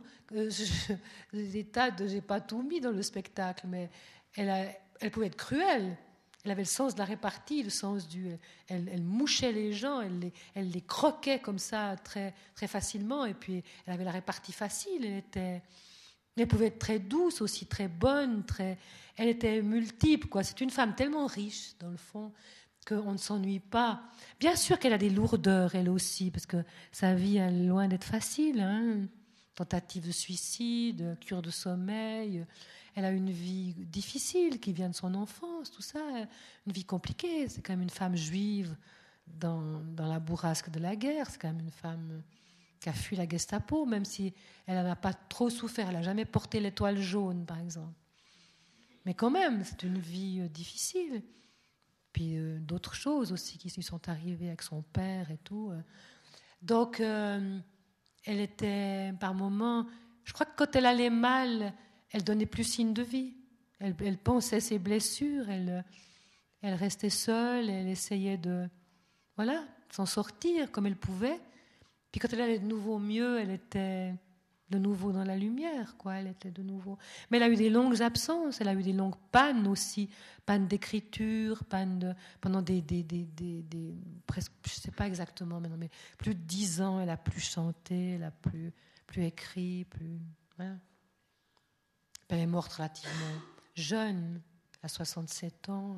J'ai pas tout mis dans le spectacle, mais elle pouvait être cruelle. Elle avait le sens de la répartie, le sens elle mouchait les gens, elle les croquait comme ça très, très facilement, et puis elle avait la répartie facile. Elle pouvait être très douce aussi, très bonne, elle était multiple, quoi. C'est une femme tellement riche, dans le fond, qu'on ne s'ennuie pas. Bien sûr qu'elle a des lourdeurs, elle aussi, parce que sa vie est loin d'être facile. Hein. Tentative de suicide, cure de sommeil. Elle a une vie difficile qui vient de son enfance, tout ça. Une vie compliquée. C'est quand même une femme juive dans la bourrasque de la guerre. C'est quand même une femme qui a fui la Gestapo, même si elle n'en a pas trop souffert. Elle n'a jamais porté l'étoile jaune, par exemple. Mais quand même, c'est une vie difficile. Puis d'autres choses aussi qui lui sont arrivées avec son père et tout. Donc, elle était, par moments... Je crois que quand elle allait mal, elle donnait plus signe de vie. Elle pensait ses blessures, elle restait seule, elle essayait de s'en sortir comme elle pouvait. Puis quand elle allait de nouveau mieux, elle était de nouveau dans la lumière, quoi. Elle était de nouveau. Mais elle a eu des longues absences, elle a eu des longues pannes aussi, pannes d'écriture, pendant des presque, je sais pas exactement maintenant, mais plus de 10 ans, elle a plus chanté, elle a plus écrit, plus. Voilà. Elle est morte relativement jeune, à 67 ans.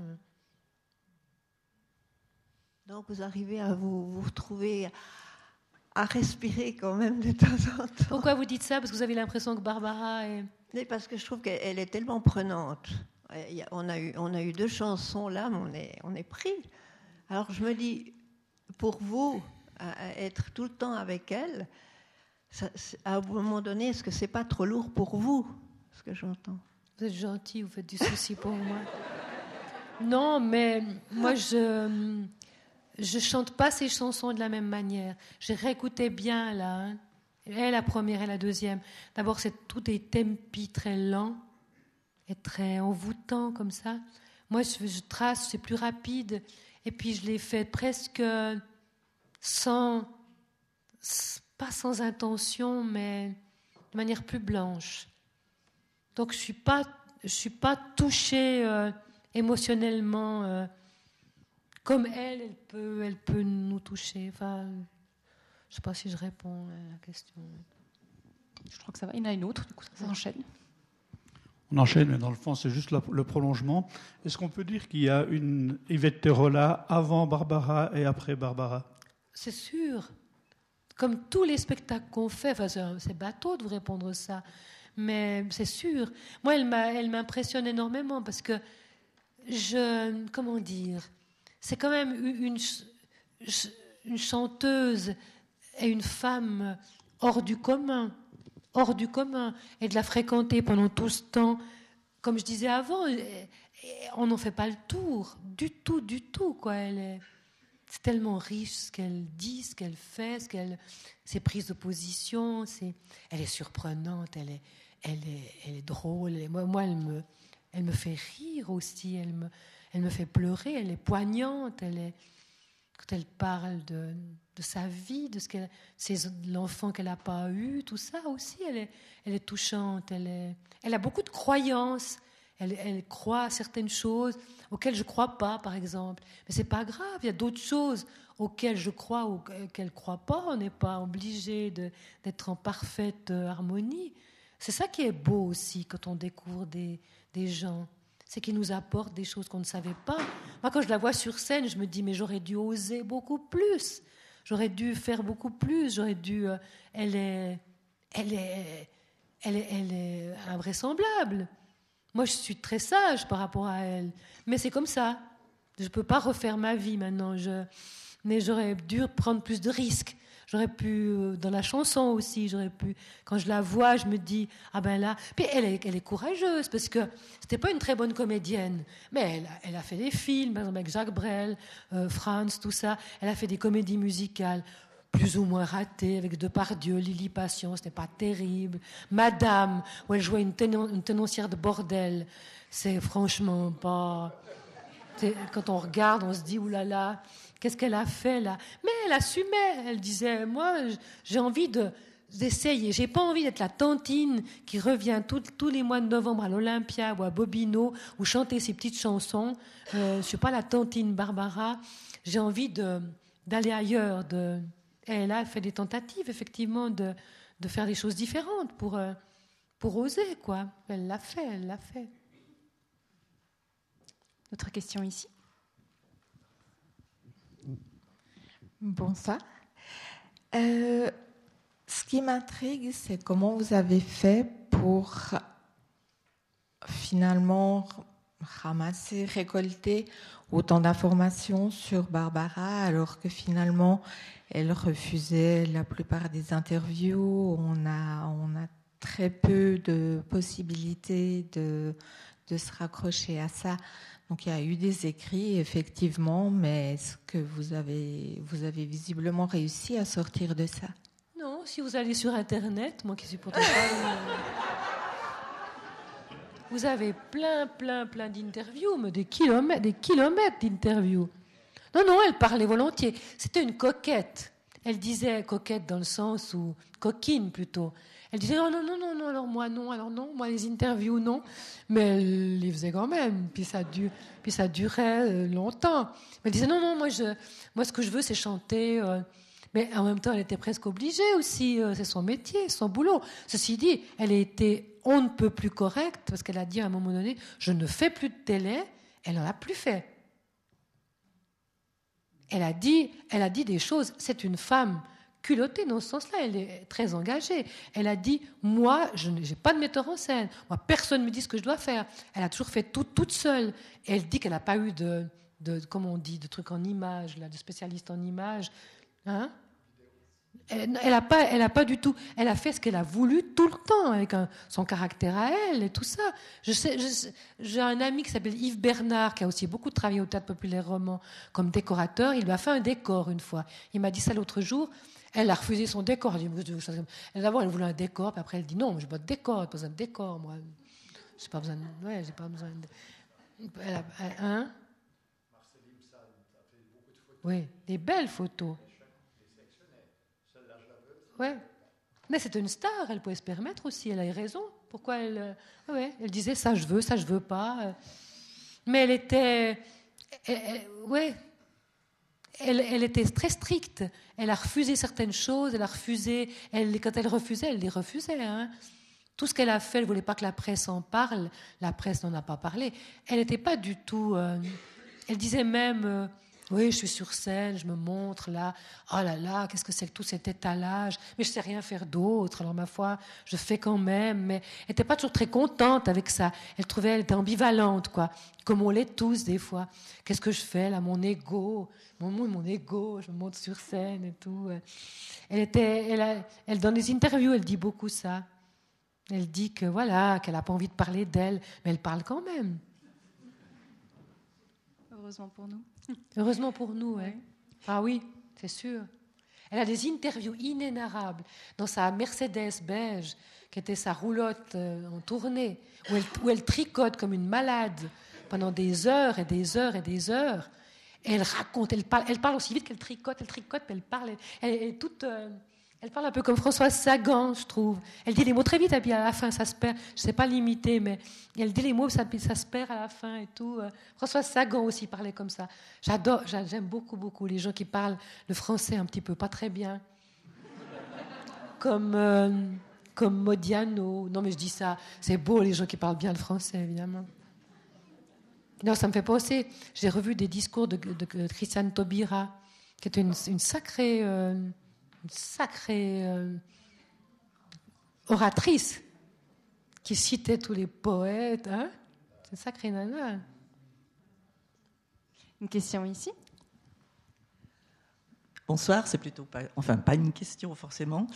Donc vous arrivez à vous retrouver à respirer quand même de temps en temps. Pourquoi vous dites ça? Parce que vous avez l'impression que Barbara est... Mais parce que je trouve qu'elle est tellement prenante. On a eu 2 chansons là, mais on est pris. Alors je me dis, pour vous, être tout le temps avec elle, à un moment donné, est-ce que c'est pas trop lourd pour vous, ce que j'entends? Vous êtes gentil, vous faites du souci pour moi. Non, mais moi je chante pas ces chansons de la même manière. J'ai réécouté bien là, hein. Et la première et la deuxième. D'abord, tout des tempi très lents et très envoûtants comme ça. Moi, je trace, c'est plus rapide. Et puis, je l'ai fait presque pas sans intention, mais de manière plus blanche. Donc, je suis pas touchée émotionnellement. Comme elle peut nous toucher. Enfin, je ne sais pas si je réponds à la question. Je crois que ça va. Il y en a une autre, du coup, ça s'enchaîne. On enchaîne, mais dans le fond, c'est juste le prolongement. Est-ce qu'on peut dire qu'il y a une Yvette Terola avant Barbara et après Barbara? C'est sûr. Comme tous les spectacles qu'on fait, enfin, c'est bateau de vous répondre ça, mais c'est sûr. Moi, elle m'impressionne énormément parce que comment dire, c'est quand même une chanteuse et une femme hors du commun, et de la fréquenter pendant tout ce temps, comme je disais avant, on n'en fait pas le tour, du tout, quoi. C'est tellement riche ce qu'elle dit, ce qu'elle fait, ses prises de position, elle est surprenante, elle est drôle, moi elle me fait rire aussi, elle me fait pleurer, elle est poignante, quand elle parle de sa vie, de l'enfant qu'elle n'a pas eu, tout ça aussi, elle est touchante, elle a beaucoup de croyances, elle croit à certaines choses auxquelles je ne crois pas, par exemple. Mais ce n'est pas grave, il y a d'autres choses auxquelles je crois ou qu'elle ne croit pas, on n'est pas obligé d'être en parfaite harmonie. C'est ça qui est beau aussi quand on découvre des gens. C'est qu'ils nous apportent des choses qu'on ne savait pas. Moi, quand je la vois sur scène, je me dis, mais j'aurais dû oser beaucoup plus. J'aurais dû faire beaucoup plus. J'aurais dû... Elle est invraisemblable. Moi, je suis très sage par rapport à elle. Mais c'est comme ça. Je ne peux pas refaire ma vie maintenant. Mais j'aurais dû prendre plus de risques. J'aurais pu, dans la chanson aussi, quand je la vois, je me dis, ah ben là, puis elle est courageuse, parce que c'était pas une très bonne comédienne, mais elle a fait des films, par exemple avec Jacques Brel, Franz, tout ça, elle a fait des comédies musicales, plus ou moins ratées, avec Depardieu, Lily Passion, c'était pas terrible, Madame, où elle jouait une tenancière de bordel, c'est franchement pas... Quand on regarde, on se dit, oulala, qu'est-ce qu'elle a fait là? Mais elle assumait, elle disait, moi, j'ai envie d'essayer. J'ai pas envie d'être la tantine qui revient tous les mois de novembre à l'Olympia ou à Bobino ou chanter ses petites chansons. Je suis pas la tantine Barbara. J'ai envie d'aller ailleurs. Et elle a fait des tentatives, effectivement, de faire des choses différentes pour oser, quoi. Elle l'a fait. Autre question ici. Bonsoir. Ce qui m'intrigue, c'est comment vous avez fait pour finalement ramasser, récolter autant d'informations sur Barbara, alors que finalement, elle refusait la plupart des interviews. On a très peu de possibilités de se raccrocher à ça. Donc il y a eu des écrits, effectivement, mais est-ce que vous avez visiblement réussi à sortir de ça? Non, si vous allez sur Internet, moi qui suis pourtant pas... Vous avez plein d'interviews, mais des kilomètres d'interviews. Non, elle parlait volontiers. C'était une coquette. Elle disait coquette dans le sens où... coquine plutôt. Elle disait non, alors moi les interviews, non. Mais elle les faisait quand même, puis ça durait longtemps. Mais elle disait non, moi ce que je veux c'est chanter. Mais en même temps, elle était presque obligée aussi, c'est son métier, son boulot. Ceci dit, elle a été on ne peut plus correcte, parce qu'elle a dit à un moment donné, je ne fais plus de télé, elle n'en a plus fait. Elle a dit des choses, c'est une femme culottée dans ce sens-là, elle est très engagée. Elle a dit, moi, je n'ai pas de metteur en scène, moi, personne ne me dit ce que je dois faire. Elle a toujours fait tout toute seule. Et elle dit qu'elle n'a pas eu de comment on dit, de trucs en images, là, de spécialistes en images. Hein? Elle a pas du tout. Elle a fait ce qu'elle a voulu tout le temps, avec son caractère à elle et tout ça. J'ai un ami qui s'appelle Yves Bernard, qui a aussi beaucoup travaillé au Théâtre Populaire Roman comme décorateur. Il lui a fait un décor une fois. Il m'a dit ça l'autre jour. Elle a refusé son décor. D'abord, elle voulait un décor, puis après, elle dit non, j'ai pas de décor, j'ai pas besoin de décor, moi. J'ai pas besoin de. Ouais, j'ai pas besoin de. Hein? Oui, des belles photos. Ouais. Mais c'est une star, elle pouvait se permettre aussi, elle a eu raison. Pourquoi elle... elle disait ça je veux pas. Mais elle était... Elle était très stricte. Elle a refusé certaines choses, elle a refusé... Quand elle refusait, elle les refusait. Hein. Tout ce qu'elle a fait, elle ne voulait pas que la presse en parle. La presse n'en a pas parlé. Elle n'était pas du tout... elle disait même... oui, je suis sur scène, je me montre là. Oh là là, qu'est-ce que c'est que tout cet étalage? Mais je sais rien faire d'autre. Alors ma foi, je fais quand même. Mais elle n'était pas toujours très contente avec ça. Elle était ambivalente, quoi. Comme on l'est tous des fois. Qu'est-ce que je fais là? Mon ego, mon ego. Je me monte sur scène et tout. Elle dans les interviews, elle dit beaucoup ça. Elle dit que voilà, qu'elle n'a pas envie de parler d'elle, mais elle parle quand même. Heureusement pour nous. Heureusement pour nous, oui. Ah oui, c'est sûr. Elle a des interviews inénarrables dans sa Mercedes beige, qui était sa roulotte en tournée, où elle tricote comme une malade pendant des heures et des heures et des heures. Et elle raconte, elle parle aussi vite qu'elle tricote, puis elle parle. Elle parle un peu comme Françoise Sagan, je trouve. Elle dit les mots très vite, et puis à la fin, ça se perd. Je ne sais pas l'imiter, mais elle dit les mots, ça se perd à la fin et tout. Françoise Sagan aussi parlait comme ça. J'aime beaucoup les gens qui parlent le français un petit peu, pas très bien. Comme Modiano. Non, mais je dis ça, c'est beau les gens qui parlent bien le français, évidemment. Non, ça me fait penser, j'ai revu des discours de Christiane Taubira, qui était une sacrée oratrice qui citait tous les poètes. Hein? C'est une sacrée nana. Une question ici. Bonsoir, c'est plutôt pas une question forcément.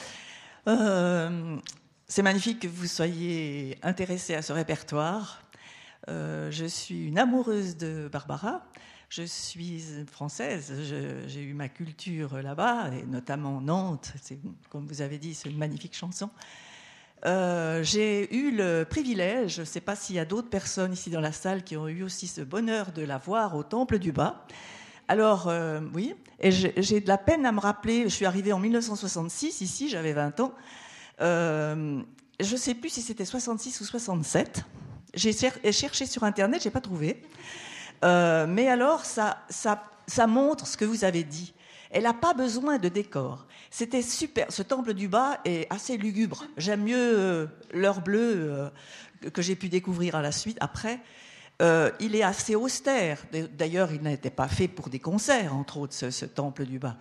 C'est magnifique que vous soyez intéressé à ce répertoire. Je suis une amoureuse de Barbara. Je suis française, j'ai eu ma culture là-bas, et notamment Nantes. Comme vous avez dit, c'est une magnifique chanson. J'ai eu le privilège, je ne sais pas s'il y a d'autres personnes ici dans la salle qui ont eu aussi ce bonheur de la voir au Temple du Bas. Alors, oui, et j'ai de la peine à me rappeler, je suis arrivée en 1966, ici, j'avais 20 ans. Je ne sais plus si c'était 66 ou 67. J'ai cherché sur Internet, je n'ai pas trouvé. Mais alors, ça montre ce que vous avez dit. Elle n'a pas besoin de décor. C'était super. Ce Temple du Bas est assez lugubre. J'aime mieux l'heure bleue que j'ai pu découvrir à la suite, après. Il est assez austère. D'ailleurs, il n'était pas fait pour des concerts, entre autres, ce Temple du Bas.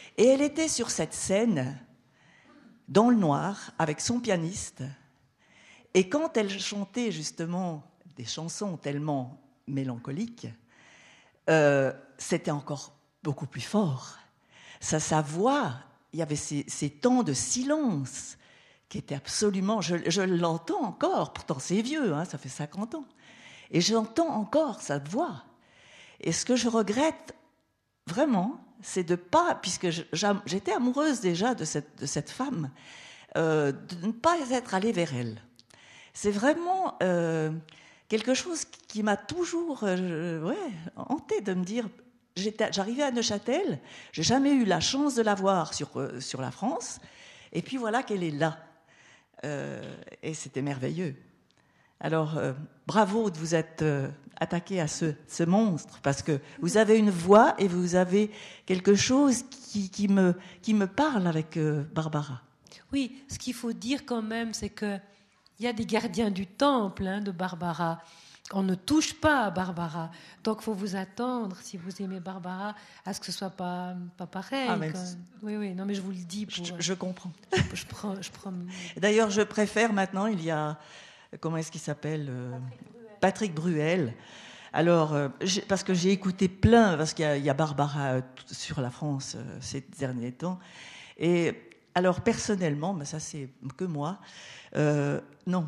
Et elle était sur cette scène, dans le noir, avec son pianiste. Et quand elle chantait justement des chansons tellement mélancoliques, c'était encore beaucoup plus fort. Sa voix, il y avait ces temps de silence qui étaient absolument... Je l'entends encore, pourtant c'est vieux, hein, ça fait 50 ans. Et j'entends encore sa voix. Et ce que je regrette vraiment, c'est de pas, puisque j'étais amoureuse déjà de cette femme, de ne pas être allée vers elle. C'est vraiment quelque chose qui m'a toujours hantée de me dire... J'arrivais à Neuchâtel, j'ai jamais eu la chance de la voir sur la France, et puis voilà qu'elle est là. Et c'était merveilleux. Alors, bravo de vous être attaqué à ce monstre, parce que vous avez une voix et vous avez quelque chose qui me parle avec Barbara. Oui, ce qu'il faut dire quand même, c'est qu'il y a des gardiens du temple de Barbara. On ne touche pas à Barbara. Donc, il faut vous attendre, si vous aimez Barbara, à ce que ce soit pas pareil. Ah, oui, non, mais je vous le dis. Je comprends. Je prends... D'ailleurs, je préfère maintenant, il y a... Comment est-ce qu'il s'appelle Patrick Bruel. Alors, parce que j'ai écouté plein, parce qu'il y a Barbara sur la France ces derniers temps. Et alors, personnellement, mais ça c'est que moi, non.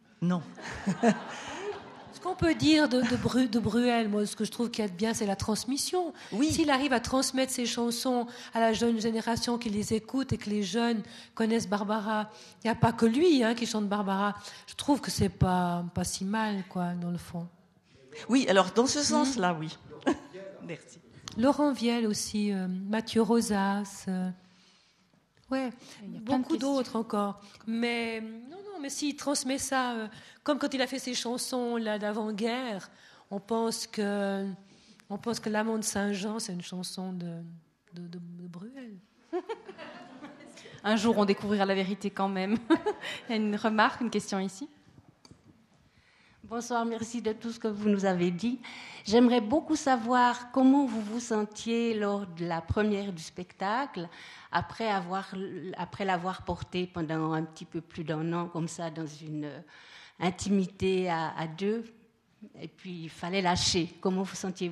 Ce qu'on peut dire de Bruel, moi, ce que je trouve qu'il y a de bien, c'est la transmission. Oui. S'il arrive à transmettre ses chansons à la jeune génération qui les écoute et que les jeunes connaissent Barbara, il n'y a pas que lui qui chante Barbara. Je trouve que c'est pas si mal, quoi, dans le fond. Oui, alors dans ce sens-là, oui. Merci. Laurent Viel aussi, Mathieu Rosas, beaucoup d'autres encore. Mais mais s'il transmet ça, comme quand il a fait ses chansons là d'avant-guerre, on pense que L'Amant de Saint-Jean, c'est une chanson de Bruel. Un jour, on découvrira la vérité quand même. Il y a une remarque, une question ici. Bonsoir, merci de tout ce que vous nous avez dit. J'aimerais beaucoup savoir comment vous vous sentiez lors de la première du spectacle, après l'avoir porté pendant un petit peu plus d'1 an, comme ça, dans une intimité à deux, et puis il fallait lâcher. Comment vous sentiez-vous ?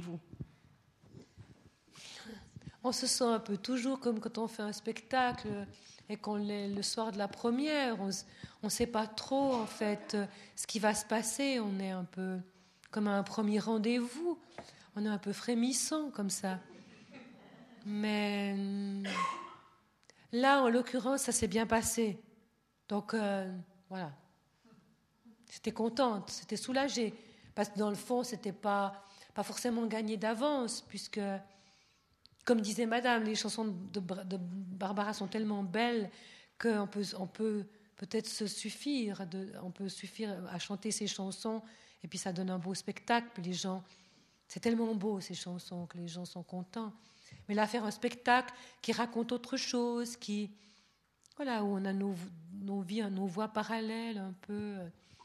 On se sent un peu toujours comme quand on fait un spectacle et qu'on est le soir de la première. On ne sait pas trop, en fait, ce qui va se passer. On est un peu comme à un premier rendez-vous. On est un peu frémissant, comme ça. Mais là, en l'occurrence, ça s'est bien passé. Donc, voilà. J'étais contente, j'étais soulagée. Parce que dans le fond, ce n'était pas forcément gagné d'avance, puisque... Comme disait Madame, les chansons de Barbara sont tellement belles qu'on peut peut-être suffire à chanter ces chansons, et puis ça donne un beau spectacle. Puis les gens, c'est tellement beau ces chansons que les gens sont contents. Mais là, faire un spectacle qui raconte autre chose, où on a nos vies, nos voix parallèles un peu.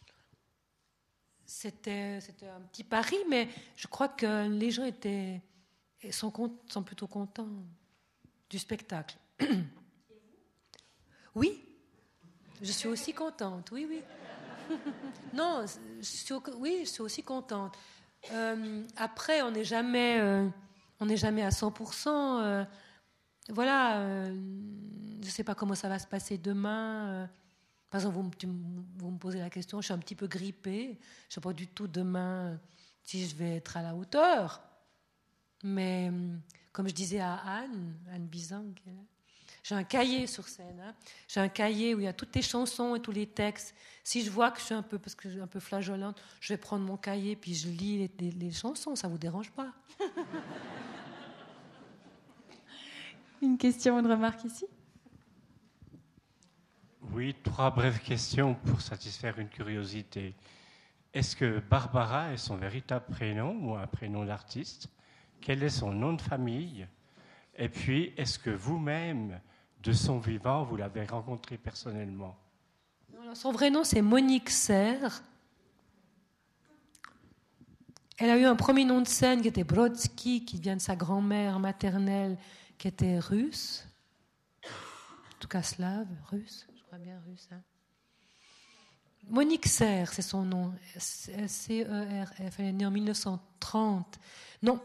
C'était un petit pari, mais je crois que les gens sont plutôt contents du spectacle. Oui, je suis aussi contente, oui. Non, je suis aussi contente. Après, on n'est jamais à 100%. Je ne sais pas comment ça va se passer demain. Par exemple, vous me posez la question, je suis un petit peu grippée. Je ne sais pas du tout demain si je vais être à la hauteur. Mais comme je disais à Anne Bizang, j'ai un cahier sur scène. J'ai un cahier où il y a toutes les chansons et tous les textes. Si je vois que je suis un peu flageolante, je vais prendre mon cahier puis je lis les chansons. Ça vous dérange pas? Une question, une remarque ici? Oui, 3 brèves questions pour satisfaire une curiosité. Est-ce que Barbara est son véritable prénom ou un prénom d'artiste? Quel est son nom de famille? Et puis, est-ce que vous-même, de son vivant, vous l'avez rencontré personnellement? Alors, son vrai nom, c'est Monique Serre. Elle a eu un premier nom de scène qui était Brodsky, qui vient de sa grand-mère maternelle, qui était russe. tout cas slave, russe, je crois bien russe. Hein. Monique Serre, c'est son nom, C-E-R-F, elle est née en 1930. Non,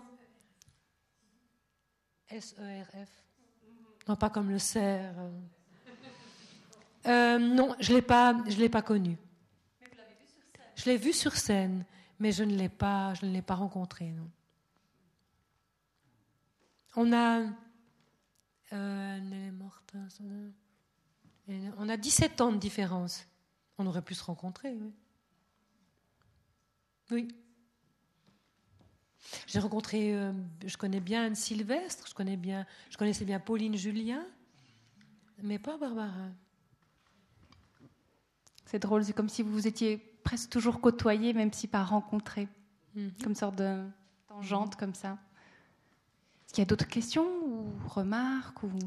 S-E-R-F. Non, pas comme le cerf. Non, je l'ai pas connue. Mais vous l'avez vue sur scène? Je l'ai vue sur scène, mais je ne l'ai pas rencontrée. Non. On a, elle est morte. On a 17 ans de différence. On aurait pu se rencontrer, oui. Oui. J'ai rencontré, je connais bien Anne Sylvestre, je connaissais bien Pauline Julien, mais pas Barbara. C'est drôle, c'est comme si vous vous étiez presque toujours côtoyés, même si pas rencontrés. Comme une sorte de tangente comme ça. Est-ce qu'il y a d'autres questions ou remarques ou...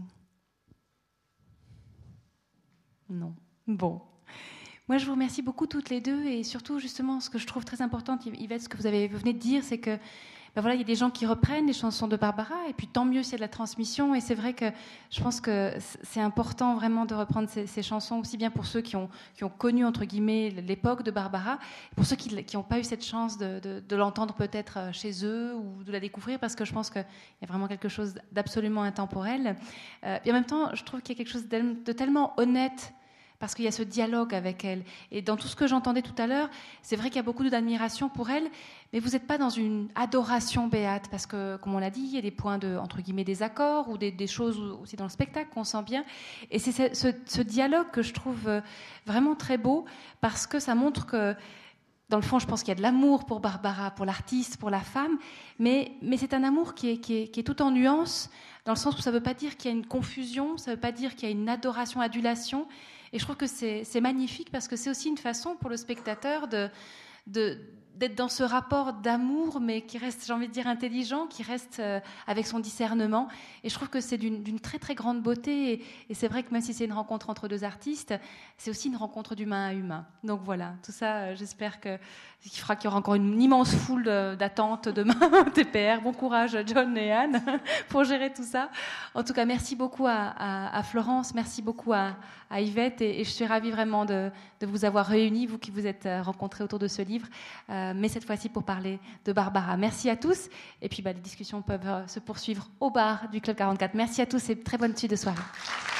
Non. Bon. Moi, je vous remercie beaucoup toutes les deux et surtout, justement, ce que je trouve très important, Yvette, ce que vous venez de dire, c'est que ben voilà, il y a des gens qui reprennent les chansons de Barbara et puis tant mieux s'il y a de la transmission. Et c'est vrai que je pense que c'est important vraiment de reprendre ces chansons, aussi bien pour ceux qui ont connu, entre guillemets, l'époque de Barbara, et pour ceux qui n'ont pas eu cette chance de l'entendre peut-être chez eux ou de la découvrir, parce que je pense qu'il y a vraiment quelque chose d'absolument intemporel. Et en même temps, je trouve qu'il y a quelque chose de tellement honnête, parce qu'il y a ce dialogue avec elle. Et dans tout ce que j'entendais tout à l'heure, c'est vrai qu'il y a beaucoup d'admiration pour elle, mais vous n'êtes pas dans une adoration béate, parce que, comme on l'a dit, il y a des points de, entre guillemets, désaccord, ou des choses aussi dans le spectacle qu'on sent bien. Et c'est ce dialogue que je trouve vraiment très beau, parce que ça montre que, dans le fond, je pense qu'il y a de l'amour pour Barbara, pour l'artiste, pour la femme, mais c'est un amour qui est tout en nuances, dans le sens où ça ne veut pas dire qu'il y a une confusion, ça ne veut pas dire qu'il y a une adoration, adulation. Et je trouve que c'est magnifique parce que c'est aussi une façon pour le spectateur d'être dans ce rapport d'amour, mais qui reste, j'ai envie de dire, intelligent, qui reste avec son discernement. Et je trouve que c'est d'une très, très grande beauté. Et c'est vrai que même si c'est une rencontre entre deux artistes, c'est aussi une rencontre d'humain à humain. Donc voilà, tout ça, j'espère qu'il y aura encore une immense foule d'attentes demain au TPR. Bon courage, John et Anne, pour gérer tout ça. En tout cas, merci beaucoup à Florence, merci beaucoup à Yvette. Et je suis ravie vraiment de vous avoir réunis, vous qui vous êtes rencontrés autour de ce livre. Mais cette fois-ci pour parler de Barbara. Merci à tous. Et puis les discussions peuvent se poursuivre au bar du Club 44. Merci à tous et très bonne suite de soirée.